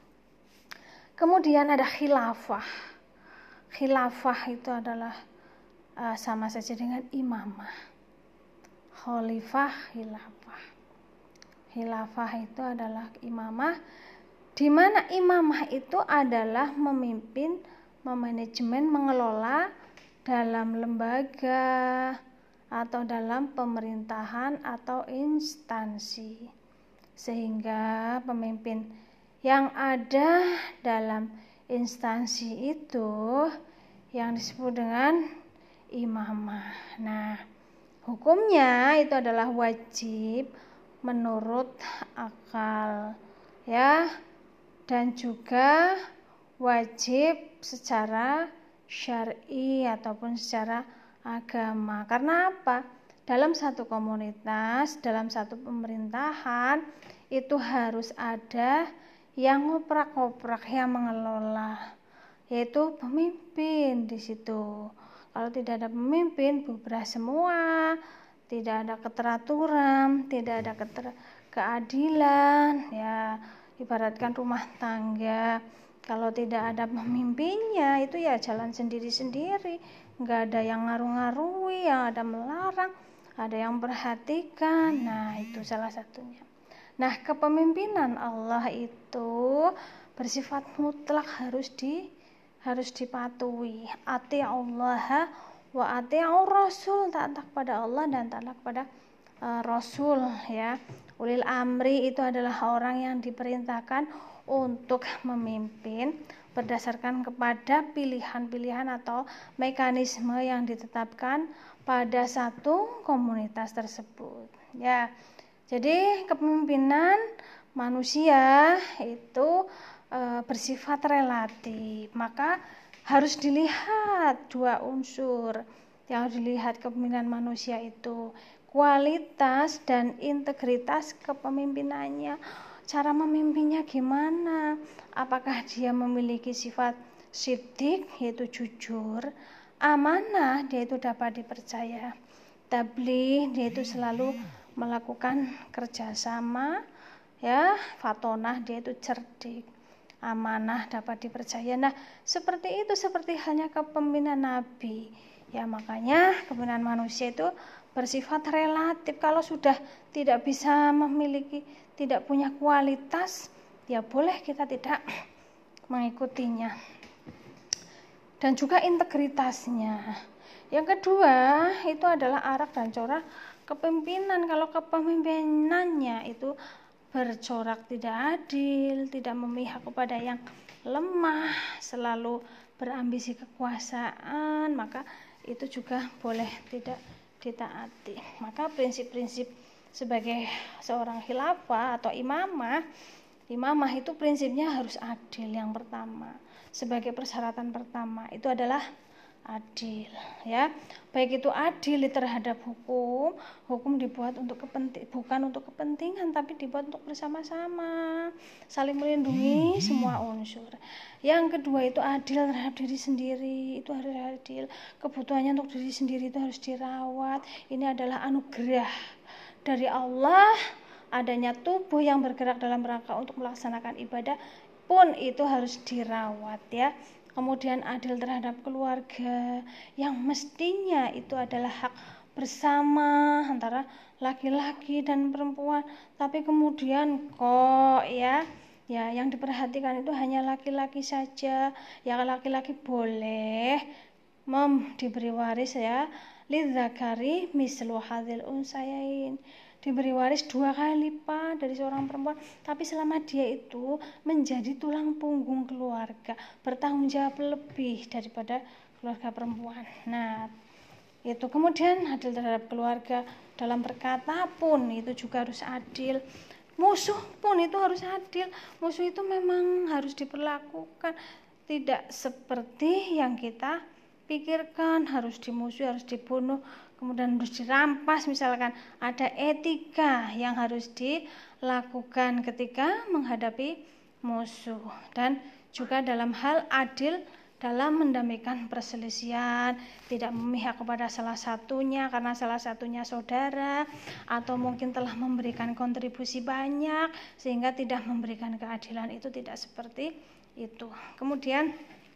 Kemudian ada khilafah. Khilafah itu adalah sama saja dengan imamah. Khalifah, khilafah. Khilafah itu adalah imamah, di mana imamah itu adalah memimpin, memanajemen, mengelola dalam lembaga atau dalam pemerintahan atau instansi, sehingga pemimpin yang ada dalam instansi itu yang disebut dengan imamah. Nah, hukumnya itu adalah wajib menurut akal, ya, dan juga wajib secara syar'i ataupun secara agama. Karena apa? Dalam satu komunitas, dalam satu pemerintahan itu harus ada yang ngoprak-ngoprak, yang mengelola, yaitu pemimpin di situ. Kalau tidak ada pemimpin, bubrah semua, tidak ada keteraturan, tidak ada keadilan, ya. Ibaratkan rumah tangga, kalau tidak ada pemimpinnya itu ya jalan sendiri-sendiri, nggak ada yang ngaruh-ngaruhi, yang ada melarang, ada yang perhatikan. Nah, itu salah satunya. Nah, kepemimpinan Allah itu bersifat mutlak, harus dipatuhi. Ati'ullaha wa ati'ur rasul, taat kepada Allah dan taat kepada Rasul, ya. Ulil amri itu adalah orang yang diperintahkan untuk memimpin berdasarkan kepada pilihan-pilihan atau mekanisme yang ditetapkan pada satu komunitas tersebut, ya. Jadi kepemimpinan manusia itu bersifat relatif, maka harus dilihat dua unsur yang harus dilihat kepemimpinan manusia itu, kualitas dan integritas kepemimpinannya. Cara memimpinnya gimana? Apakah dia memiliki sifat siddiq, yaitu jujur, amanah, dia itu dapat dipercaya, tabligh, dia itu selalu melakukan kerjasama, ya, fatonah, dia itu cerdik, amanah, dapat dipercaya. Nah, seperti itu, seperti halnya kepemimpinan Nabi. Ya, makanya kepemimpinan manusia itu bersifat relatif. Kalau sudah tidak bisa memiliki, tidak punya kualitas, ya boleh kita tidak mengikutinya. Dan juga integritasnya. Yang kedua, itu adalah arak dan corak kepemimpinan. Kalau kepemimpinannya itu bercorak tidak adil, tidak memihak kepada yang lemah, selalu berambisi kekuasaan, maka itu juga boleh tidak ditaati. Maka prinsip-prinsip sebagai seorang khilafah atau imamah itu prinsipnya harus adil. Yang pertama, sebagai persyaratan pertama itu adalah adil, ya, baik itu adil terhadap hukum dibuat untuk bukan untuk kepentingan, tapi dibuat untuk bersama-sama, saling melindungi semua unsur. Yang kedua itu adil terhadap diri sendiri, itu harus adil, kebutuhannya untuk diri sendiri itu harus dirawat. Ini adalah anugerah dari Allah, adanya tubuh yang bergerak dalam rangka untuk melaksanakan ibadah pun itu harus dirawat, ya. Kemudian adil terhadap keluarga, yang mestinya itu adalah hak bersama antara laki-laki dan perempuan, tapi kemudian kok ya yang diperhatikan itu hanya laki-laki saja. Ya, laki-laki boleh diberi waris, ya, lidzakari mislu hadzil unsayain, diberi waris 2 kali lipat dari seorang perempuan, tapi selama dia itu menjadi tulang punggung keluarga, bertanggung jawab lebih daripada keluarga perempuan. Nah, itu. Kemudian adil terhadap keluarga, dalam berkata pun itu juga harus adil. Musuh pun itu harus adil. Musuh itu memang harus diperlakukan tidak seperti yang kita pikirkan, harus dimusuhi, harus dibunuh, kemudian harus dirampas. Misalkan ada etika yang harus dilakukan ketika menghadapi musuh. Dan juga dalam hal adil dalam mendamaikan perselisihan, tidak memihak kepada salah satunya karena salah satunya saudara atau mungkin telah memberikan kontribusi banyak sehingga tidak memberikan keadilan, itu tidak seperti itu. Kemudian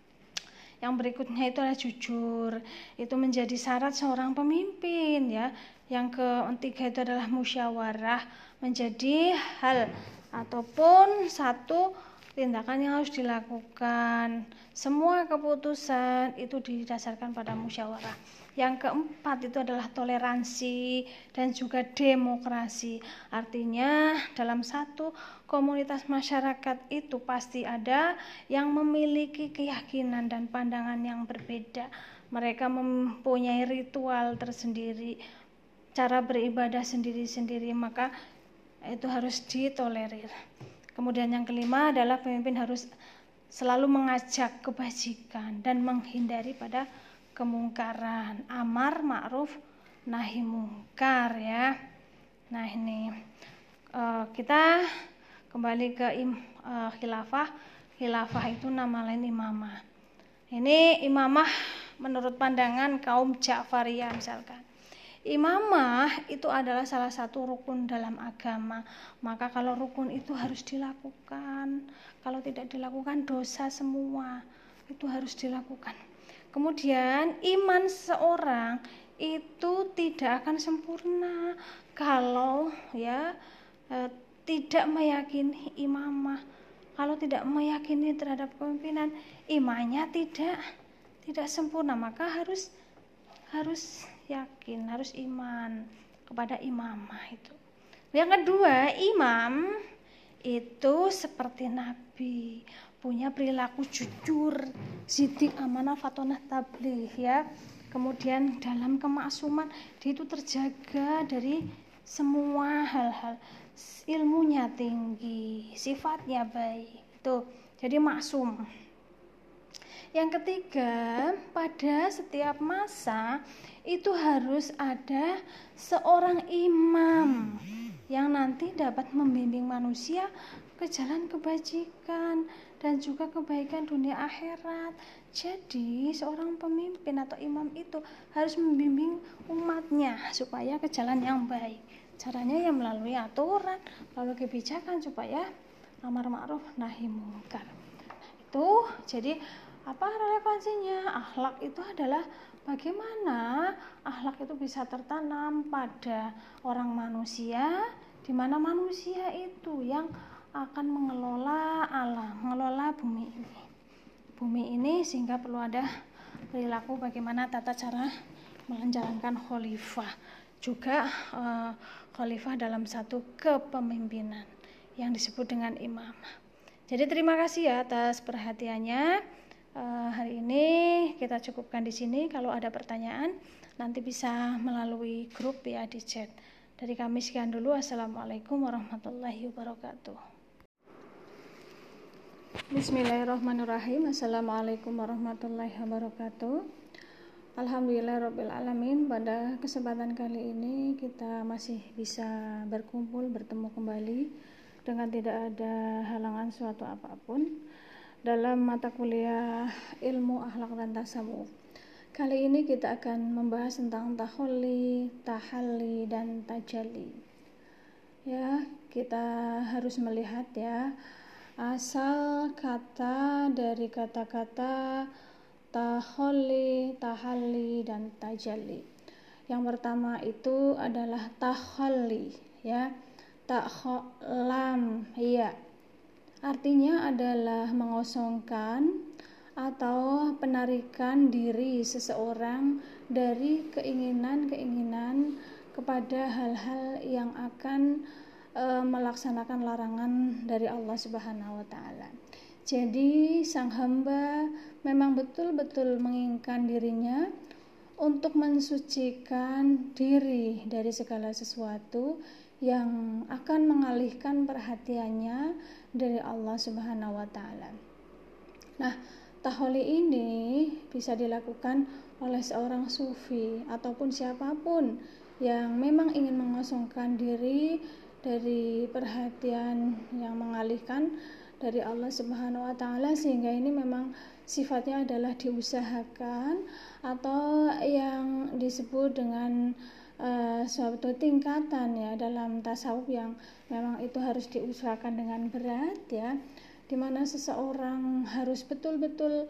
yang berikutnya itu adalah jujur. Itu menjadi syarat seorang pemimpin, ya. Yang ketiga itu adalah musyawarah, menjadi hal ataupun satu tindakan yang harus dilakukan. Semua keputusan itu didasarkan pada musyawarah. Yang keempat itu adalah toleransi dan juga demokrasi. Artinya dalam satu komunitas masyarakat itu pasti ada yang memiliki keyakinan dan pandangan yang berbeda. Mereka mempunyai ritual tersendiri, cara beribadah sendiri-sendiri, maka itu harus ditolerir. Kemudian yang kelima adalah pemimpin harus selalu mengajak kebajikan dan menghindari pada kemungkaran, amar ma'ruf nahi mungkar, ya. Nah, ini kita kembali ke khilafah. Khilafah itu nama lain imamah. Ini imamah menurut pandangan kaum Ja'fariyah misalkan. Imamah itu adalah salah satu rukun dalam agama. Maka kalau rukun itu harus dilakukan. Kalau tidak dilakukan dosa semua. Itu harus dilakukan. Kemudian iman seorang itu tidak akan sempurna kalau tidak meyakini imamah. Kalau tidak meyakini terhadap kepemimpinan, imannya tidak sempurna. Maka harus yakin, harus iman kepada imamah itu. Yang kedua, imam itu seperti Nabi, punya perilaku jujur, siddiq, amanah, fatonah, tabligh, ya. Kemudian dalam kemaksuman dia itu terjaga dari semua hal-hal, ilmunya tinggi, sifatnya baik, itu jadi maksum. Yang ketiga, pada setiap masa itu harus ada seorang imam yang nanti dapat membimbing manusia ke jalan kebajikan dan juga kebaikan dunia akhirat. Jadi seorang pemimpin atau imam itu harus membimbing umatnya supaya ke jalan yang baik. Caranya ya melalui aturan, melalui kebijakan supaya amar ma'ruf nahi mungkar. Itu jadi apa relevansinya? Akhlak itu adalah bagaimana akhlak itu bisa tertanam pada orang manusia, di mana manusia itu yang akan mengelola alam, mengelola bumi ini sehingga perlu ada perilaku bagaimana tata cara menjalankan khalifah, juga khalifah dalam satu kepemimpinan yang disebut dengan imam. Jadi terima kasih ya atas perhatiannya. Hari ini kita cukupkan di sini. Kalau ada pertanyaan nanti bisa melalui grup ya di chat. Dari kami sekian dulu. Assalamualaikum warahmatullahi wabarakatuh. Bismillahirrahmanirrahim. Assalamualaikum warahmatullahi wabarakatuh. Alhamdulillahirrabbilalamin. Pada kesempatan kali ini kita masih bisa berkumpul, bertemu kembali dengan tidak ada halangan suatu apapun dalam mata kuliah ilmu akhlak dan tasawuf. Kali ini kita akan membahas tentang taholli, tahalli, dan tajalli. Ya, kita harus melihat ya asal kata dari kata-kata taholli, tahalli, dan tajalli. Yang pertama itu adalah taholli, ya. Lam, ya. Artinya adalah mengosongkan atau penarikan diri seseorang dari keinginan-keinginan kepada hal-hal yang akan melaksanakan larangan dari Allah Subhanahu wa taala. Jadi sang hamba memang betul-betul menginginkan dirinya untuk mensucikan diri dari segala sesuatu yang akan mengalihkan perhatiannya dari Allah Subhanahu wa taala. Nah, taholli ini bisa dilakukan oleh seorang sufi ataupun siapapun yang memang ingin mengosongkan diri dari perhatian yang mengalihkan dari Allah Subhanahu wa taala, sehingga ini memang sifatnya adalah diusahakan atau yang disebut dengan suatu tingkatan ya dalam tasawuf yang memang itu harus diusahakan dengan berat ya, dimana seseorang harus betul-betul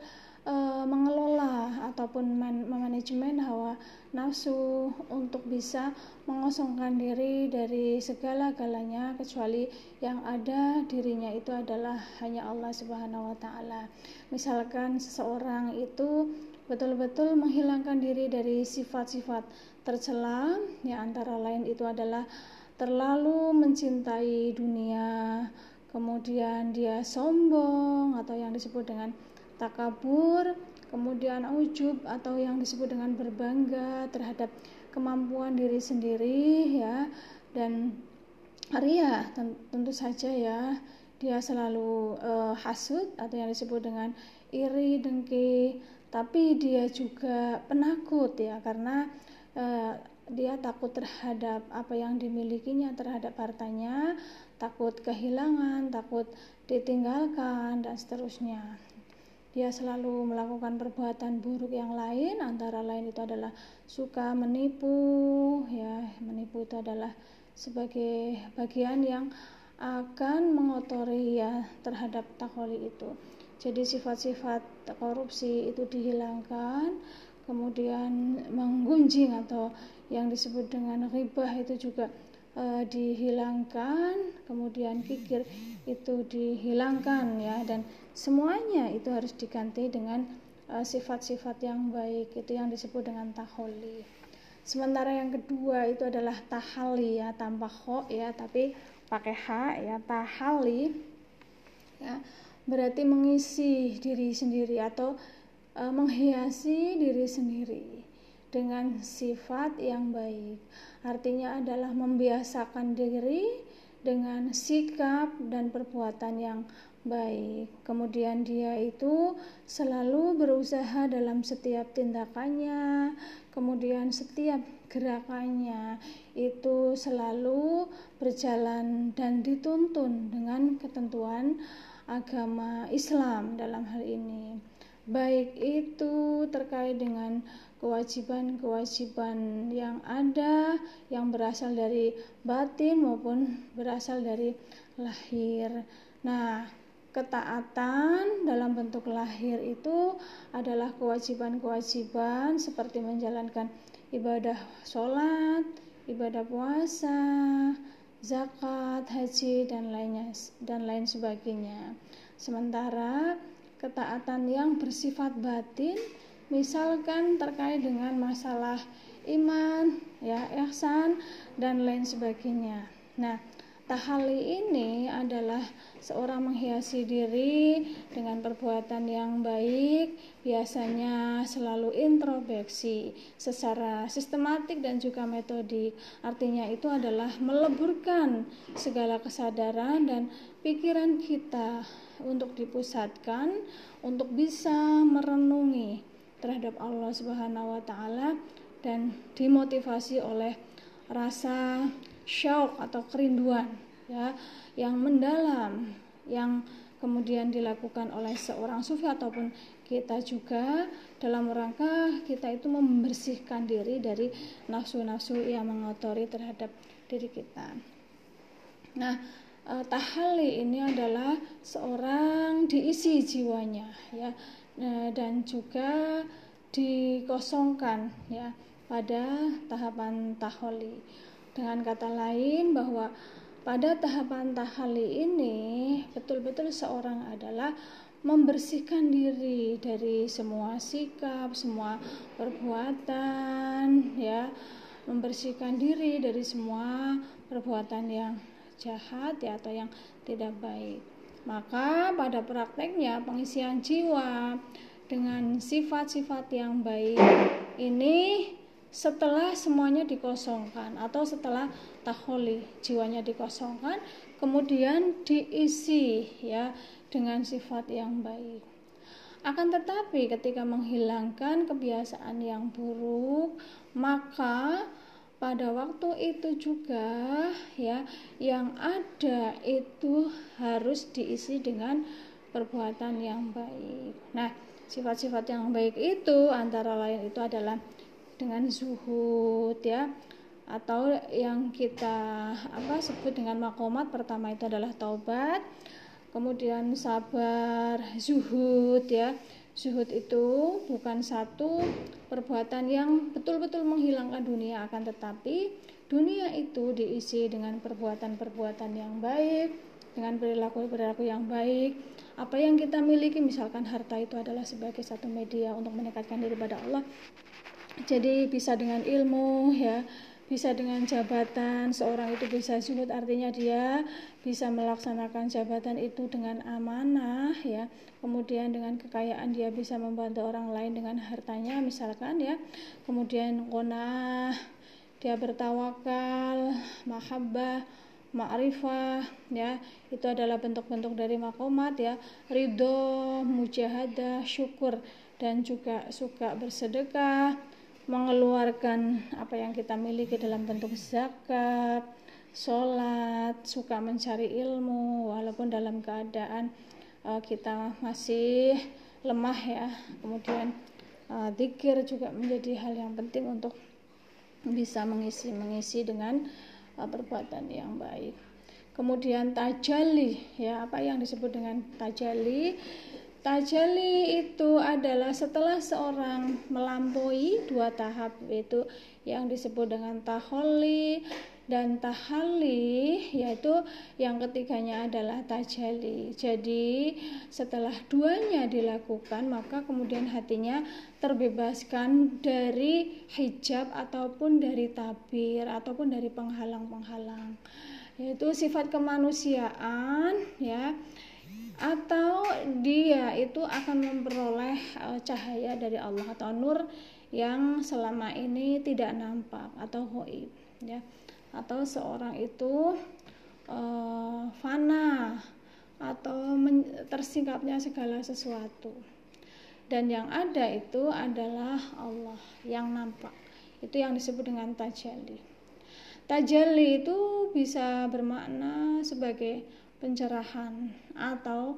mengelola ataupun memanajemen hawa nafsu untuk bisa mengosongkan diri dari segala-galanya, kecuali yang ada dirinya itu adalah hanya Allah Subhanahu wa taala. Misalkan seseorang itu betul-betul menghilangkan diri dari sifat-sifat tercela, ya antara lain itu adalah terlalu mencintai dunia, kemudian dia sombong atau yang disebut dengan takabur, kemudian ujub atau yang disebut dengan berbangga terhadap kemampuan diri sendiri ya, dan ria tentu saja ya, dia selalu hasud atau yang disebut dengan iri, dengki, tapi dia juga penakut ya, karena dia takut terhadap apa yang dimilikinya, terhadap hartanya, takut kehilangan, takut ditinggalkan, dan seterusnya. Dia selalu melakukan perbuatan buruk yang lain, antara lain itu adalah suka menipu ya. Menipu itu adalah sebagai bagian yang akan mengotori ya terhadap taholli itu. Jadi sifat-sifat korupsi itu dihilangkan, kemudian menggunjing atau yang disebut dengan ghibah itu juga dihilangkan, kemudian kikir itu dihilangkan ya, dan semuanya itu harus diganti dengan sifat-sifat yang baik, itu yang disebut dengan taholli. Sementara yang kedua itu adalah tahalli ya, tanpa kho ya tapi pakai h ya, tahalli ya, berarti mengisi diri sendiri atau menghiasi diri sendiri dengan sifat yang baik. Artinya adalah membiasakan diri dengan sikap dan perbuatan yang baik. Kemudian dia itu selalu berusaha dalam setiap tindakannya, kemudian setiap gerakannya itu selalu berjalan dan dituntun dengan ketentuan agama Islam dalam hal ini. Baik itu terkait dengan kewajiban-kewajiban yang ada yang berasal dari batin maupun berasal dari lahir. Nah, ketaatan dalam bentuk lahir itu adalah kewajiban-kewajiban seperti menjalankan ibadah sholat, ibadah puasa, zakat, haji, dan lain sebagainya. Sementara ketaatan yang bersifat batin misalkan terkait dengan masalah iman, ya, ihsan dan lain sebagainya. Nah, tahalli ini adalah seorang menghiasi diri dengan perbuatan yang baik, biasanya selalu introspeksi secara sistematik dan juga metodik. Artinya itu adalah meleburkan segala kesadaran dan pikiran kita untuk dipusatkan untuk bisa merenungi terhadap Allah Subhanahu wa taala dan dimotivasi oleh rasa syauq atau kerinduan, ya, yang mendalam yang kemudian dilakukan oleh seorang sufi ataupun kita juga dalam rangka kita itu membersihkan diri dari nafsu-nafsu yang mengotori terhadap diri kita. Nah, tahalli ini adalah seorang diisi jiwanya, ya, dan juga dikosongkan, ya, pada tahapan tahalli. Dengan kata lain bahwa pada tahapan tahalli ini betul-betul seorang adalah membersihkan diri dari semua sikap, semua perbuatan, ya, membersihkan diri dari semua perbuatan yang jahat, ya, atau yang tidak baik. Maka pada prakteknya pengisian jiwa dengan sifat-sifat yang baik ini setelah semuanya dikosongkan atau setelah tahalli jiwanya dikosongkan kemudian diisi, ya, dengan sifat yang baik. Akan tetapi ketika menghilangkan kebiasaan yang buruk, maka pada waktu itu juga, ya, yang ada itu harus diisi dengan perbuatan yang baik. Nah, sifat-sifat yang baik itu antara lain itu adalah dengan zuhud, ya, atau yang kita sebut dengan maqamat. Pertama itu adalah taubat, kemudian sabar, zuhud, ya. Zuhud itu bukan satu perbuatan yang betul-betul menghilangkan dunia, akan tetapi dunia itu diisi dengan perbuatan-perbuatan yang baik, dengan perilaku-perilaku yang baik. Apa yang kita miliki, misalkan harta itu adalah sebagai satu media untuk mendekatkan diri pada Allah. Jadi bisa dengan ilmu, ya, bisa dengan jabatan. Seorang itu bisa zuhud, artinya dia bisa melaksanakan jabatan itu dengan amanah, ya. Kemudian dengan kekayaan dia bisa membantu orang lain dengan hartanya, misalkan, ya. Kemudian qanaah, dia bertawakal, mahabbah, ma'rifah, ya, itu adalah bentuk-bentuk dari maqamat, ya. Ridho, mujahadah, syukur, dan juga suka bersedekah, mengeluarkan apa yang kita miliki dalam bentuk zakat, sholat, suka mencari ilmu walaupun dalam keadaan kita masih lemah, ya. Kemudian zikir juga menjadi hal yang penting untuk bisa mengisi dengan perbuatan yang baik. Kemudian tajalli, ya, apa yang disebut dengan tajalli? Tajalli itu adalah setelah seorang melampaui dua tahap, yaitu yang disebut dengan tahalli dan tahalli, yaitu yang ketiganya adalah tajalli. Jadi setelah duanya dilakukan, maka kemudian hatinya terbebaskan dari hijab ataupun dari tabir ataupun dari penghalang-penghalang, yaitu sifat kemanusiaan, ya, atau dia itu akan memperoleh cahaya dari Allah atau nur yang selama ini tidak nampak atau ghaib, ya. Atau seorang itu fana atau tersingkapnya segala sesuatu. Dan yang ada itu adalah Allah yang nampak. Itu yang disebut dengan tajalli. Tajalli itu bisa bermakna sebagai pencerahan atau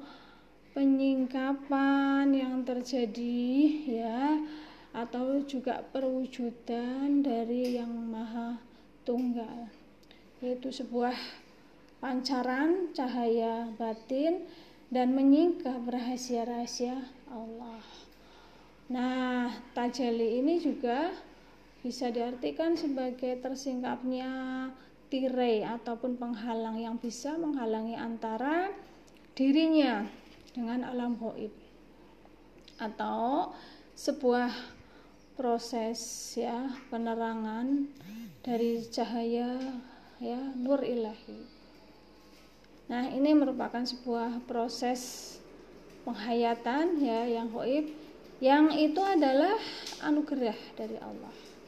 penyingkapan yang terjadi, ya, atau juga perwujudan dari yang maha tunggal, yaitu sebuah pancaran cahaya batin dan menyingkap rahasia-rahasia Allah. Nah, tajalli ini juga bisa diartikan sebagai tersingkapnya tirai ataupun penghalang yang bisa menghalangi antara dirinya dengan alam gaib, atau sebuah proses, ya, penerangan dari cahaya, ya, nur ilahi. Nah, ini merupakan sebuah proses penghayatan, ya, yang gaib, yang itu adalah anugerah dari Allah.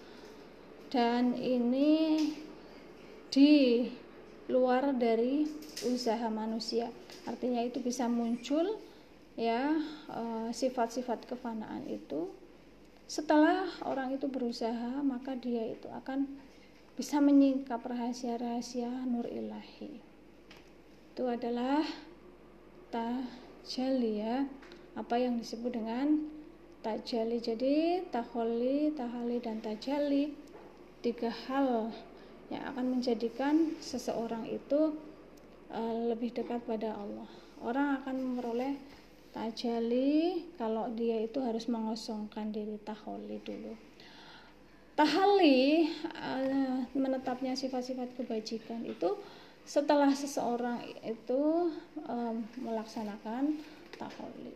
Dan ini di luar dari usaha manusia. Artinya itu bisa muncul, ya, sifat-sifat kefanaan itu setelah orang itu berusaha, maka dia itu akan bisa menyingkap rahasia-rahasia nur ilahi. Itu adalah tajalli, ya, apa yang disebut dengan tajalli. Jadi taholli, tahalli, dan tajalli, 3 hal yang akan menjadikan seseorang itu lebih dekat pada Allah. Orang akan memperoleh tajalli kalau dia itu harus mengosongkan diri, taholli dulu. Tahalli, menetapnya sifat-sifat kebajikan itu setelah seseorang itu melaksanakan taholli.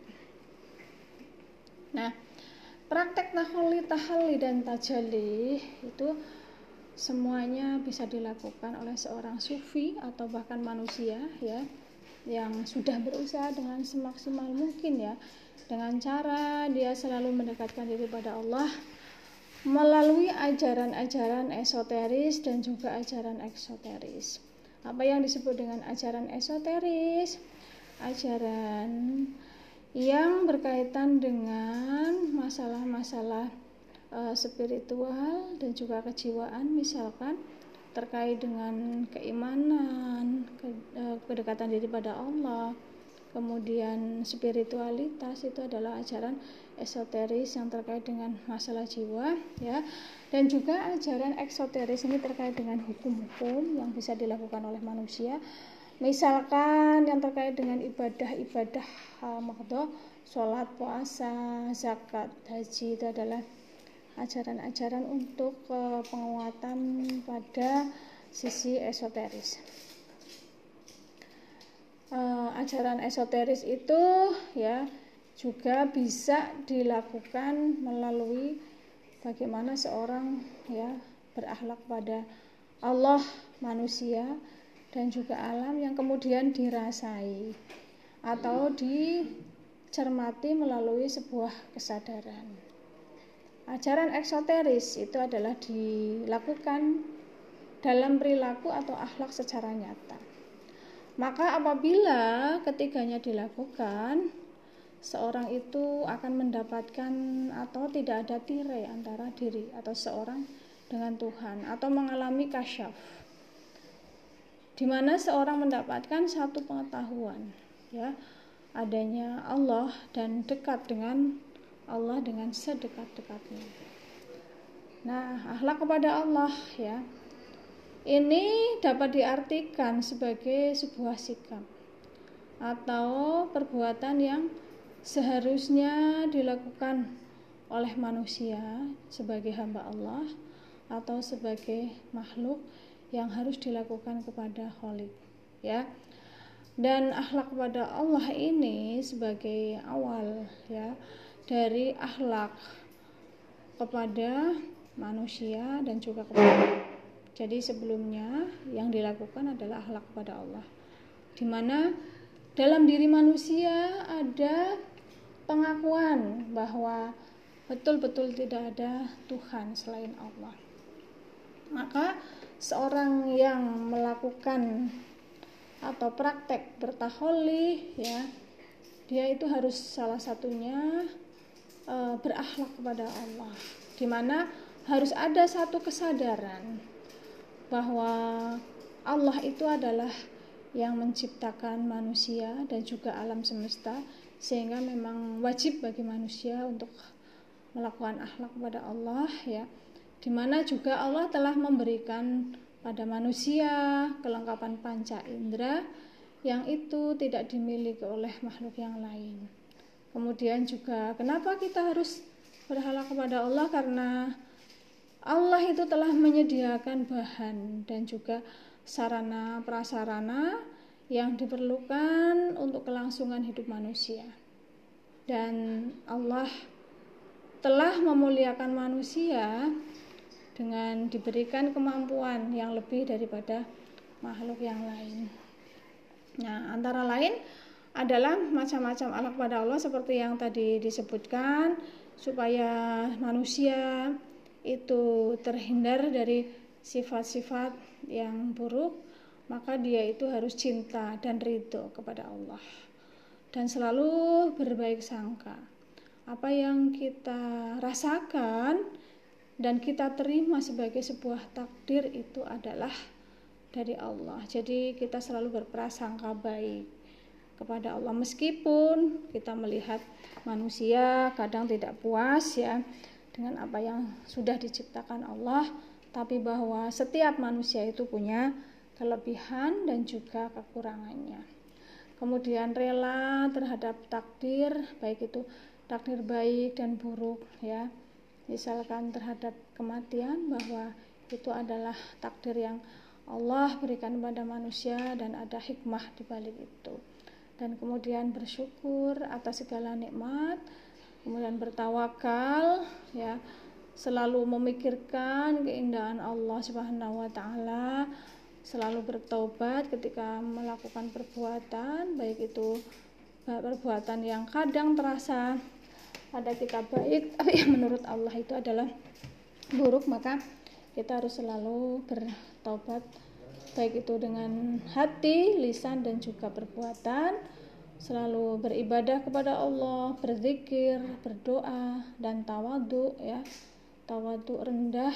Nah, praktek tahalli, dan tajalli itu semuanya bisa dilakukan oleh seorang sufi atau bahkan manusia, ya, yang sudah berusaha dengan semaksimal mungkin, ya, dengan cara dia selalu mendekatkan diri pada Allah melalui ajaran-ajaran esoteris dan juga ajaran eksoteris. Apa yang disebut dengan ajaran esoteris? Ajaran yang berkaitan dengan masalah-masalah spiritual dan juga kejiwaan, misalkan terkait dengan keimanan, kedekatan diri pada Allah, kemudian spiritualitas, itu adalah ajaran esoteris yang terkait dengan masalah jiwa, ya. Dan juga ajaran eksoteris ini terkait dengan hukum-hukum yang bisa dilakukan oleh manusia, misalkan yang terkait dengan ibadah-ibadah mahdhah, sholat, puasa, zakat, haji. Itu adalah ajaran-ajaran untuk penguatan pada sisi esoteris. Ajaran esoteris itu, ya, juga bisa dilakukan melalui bagaimana seorang, ya, berakhlak pada Allah, manusia, dan juga alam yang kemudian dirasai atau dicermati melalui sebuah kesadaran. Ajaran eksoteris itu adalah dilakukan dalam perilaku atau akhlak secara nyata. Maka apabila ketiganya dilakukan, seorang itu akan mendapatkan atau tidak ada tirai antara diri atau seorang dengan Tuhan, atau mengalami kasyaf, di mana seorang mendapatkan satu pengetahuan, ya, adanya Allah dan dekat dengan Allah dengan sedekat-dekatnya. Nah, akhlak kepada Allah, ya, ini dapat diartikan sebagai sebuah sikap atau perbuatan yang seharusnya dilakukan oleh manusia sebagai hamba Allah atau sebagai makhluk yang harus dilakukan kepada Khalik, ya. Dan akhlak kepada Allah ini sebagai awal, ya, dari akhlak kepada manusia dan juga kepada. Jadi sebelumnya yang dilakukan adalah akhlak kepada Allah, di mana dalam diri manusia ada pengakuan bahwa betul-betul tidak ada Tuhan selain Allah. Maka seorang yang melakukan atau praktek bertaholli, ya, dia itu harus salah satunya berakhlak kepada Allah, di mana harus ada satu kesadaran bahwa Allah itu adalah yang menciptakan manusia dan juga alam semesta, sehingga memang wajib bagi manusia untuk melakukan akhlak kepada Allah, ya, di mana juga Allah telah memberikan pada manusia kelengkapan panca indera yang itu tidak dimiliki oleh makhluk yang lain. Kemudian juga kenapa kita harus berhala kepada Allah? Karena Allah itu telah menyediakan bahan dan juga sarana prasarana yang diperlukan untuk kelangsungan hidup manusia. Dan Allah telah memuliakan manusia dengan diberikan kemampuan yang lebih daripada makhluk yang lain. Nah, antara lain adalah macam-macam akhlak pada Allah seperti yang tadi disebutkan, supaya manusia itu terhindar dari sifat-sifat yang buruk, maka dia itu harus cinta dan ridho kepada Allah dan selalu berbaik sangka. Apa yang kita rasakan dan kita terima sebagai sebuah takdir itu adalah dari Allah. Jadi kita selalu berprasangka baik kepada Allah, meskipun kita melihat manusia kadang tidak puas, ya, dengan apa yang sudah diciptakan Allah, tapi bahwa setiap manusia itu punya kelebihan dan juga kekurangannya. Kemudian rela terhadap takdir, baik itu takdir baik dan buruk, ya. Misalkan terhadap kematian, bahwa itu adalah takdir yang Allah berikan kepada manusia dan ada hikmah di balik itu. Dan kemudian bersyukur atas segala nikmat, kemudian bertawakal, ya, selalu memikirkan keindahan Allah Subhanahu wa taala, selalu bertobat ketika melakukan perbuatan, baik itu perbuatan yang kadang terasa pada kita baik tapi menurut Allah itu adalah buruk, maka kita harus selalu bertobat, baik itu dengan hati, lisan dan juga perbuatan, selalu beribadah kepada Allah, berzikir, berdoa dan tawadhu, ya. Tawadhu rendah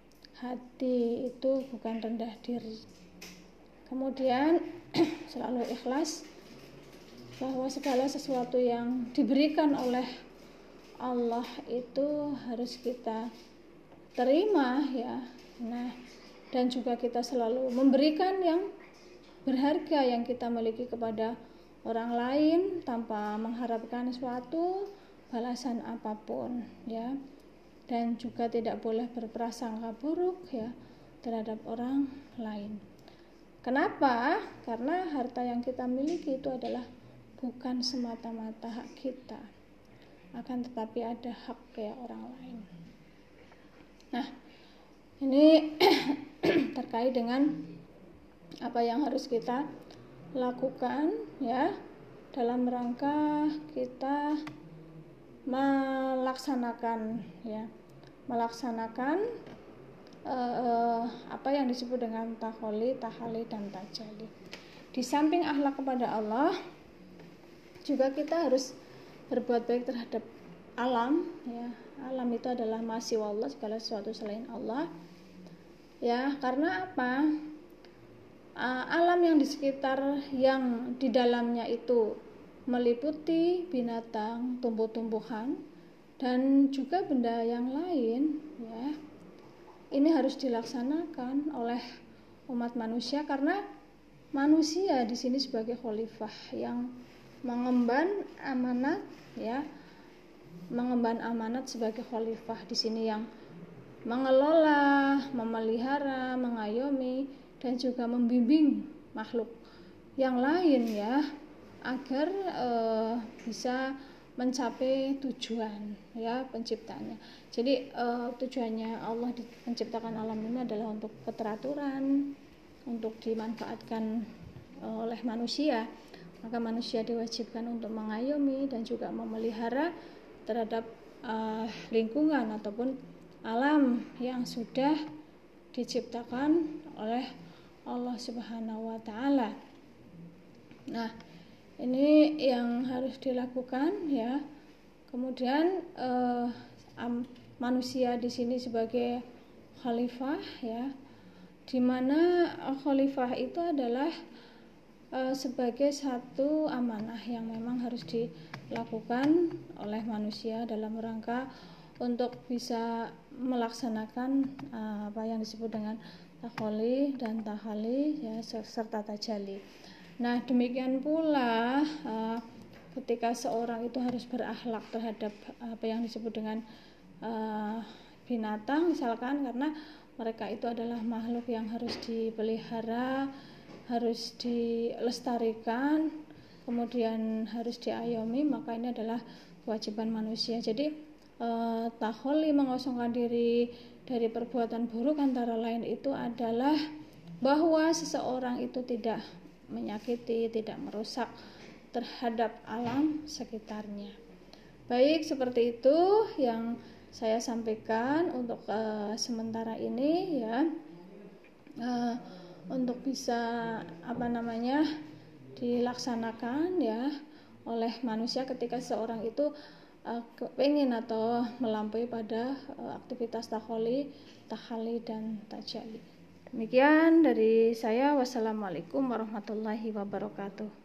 hati, itu bukan rendah diri. Kemudian selalu ikhlas bahwa segala sesuatu yang diberikan oleh Allah itu harus kita terima, ya. Nah, dan juga kita selalu memberikan yang berharga yang kita miliki kepada orang lain tanpa mengharapkan suatu balasan apapun, ya. Dan juga tidak boleh berprasangka buruk, ya, terhadap orang lain. Kenapa? Karena harta yang kita miliki itu adalah bukan semata-mata hak kita, akan tetapi ada hak ya orang lain. Nah, ini terkait dengan apa yang harus kita lakukan, ya, dalam rangka kita melaksanakan apa yang disebut dengan taholi, tahali dan tajali. Di samping akhlak kepada Allah, juga kita harus berbuat baik terhadap alam, ya. Alam itu adalah masih Allah, segala sesuatu selain Allah, ya. Karena apa? Alam yang di sekitar, yang di dalamnya itu meliputi binatang, tumbuh-tumbuhan dan juga benda yang lain, ya. Ini harus dilaksanakan oleh umat manusia karena manusia di sini sebagai khalifah yang mengemban amanat, ya. Mengemban amanat sebagai khalifah di sini yang mengelola, memelihara, mengayomi dan juga membimbing makhluk yang lain, ya, agar bisa mencapai tujuan, ya, penciptanya. Jadi tujuannya Allah menciptakan alam ini adalah untuk keteraturan, untuk dimanfaatkan oleh manusia. Maka manusia diwajibkan untuk mengayomi dan juga memelihara terhadap lingkungan ataupun alam yang sudah diciptakan oleh Allah Subhanahu wa taala. Nah, ini yang harus dilakukan ya. Kemudian manusia di sini sebagai khalifah ya, di mana khalifah itu adalah sebagai satu amanah yang memang harus dilakukan oleh manusia dalam rangka untuk bisa melaksanakan apa yang disebut dengan takholi dan tahali ya, serta tajali. Nah, demikian pula ketika seorang itu harus berakhlak terhadap apa yang disebut dengan binatang misalkan, karena mereka itu adalah makhluk yang harus dipelihara, harus dilestarikan, kemudian harus diayomi, maka ini adalah kewajiban manusia. Jadi takholi, mengosongkan diri dari perbuatan buruk, antara lain itu adalah bahwa seseorang itu tidak menyakiti, tidak merusak terhadap alam sekitarnya. Baik, seperti itu yang saya sampaikan untuk sementara ini ya, untuk bisa dilaksanakan ya oleh manusia ketika seorang itu pengen atau melampaui pada aktivitas takholi, tahali dan tajali. Demikian dari saya. Wassalamualaikum warahmatullahi wabarakatuh.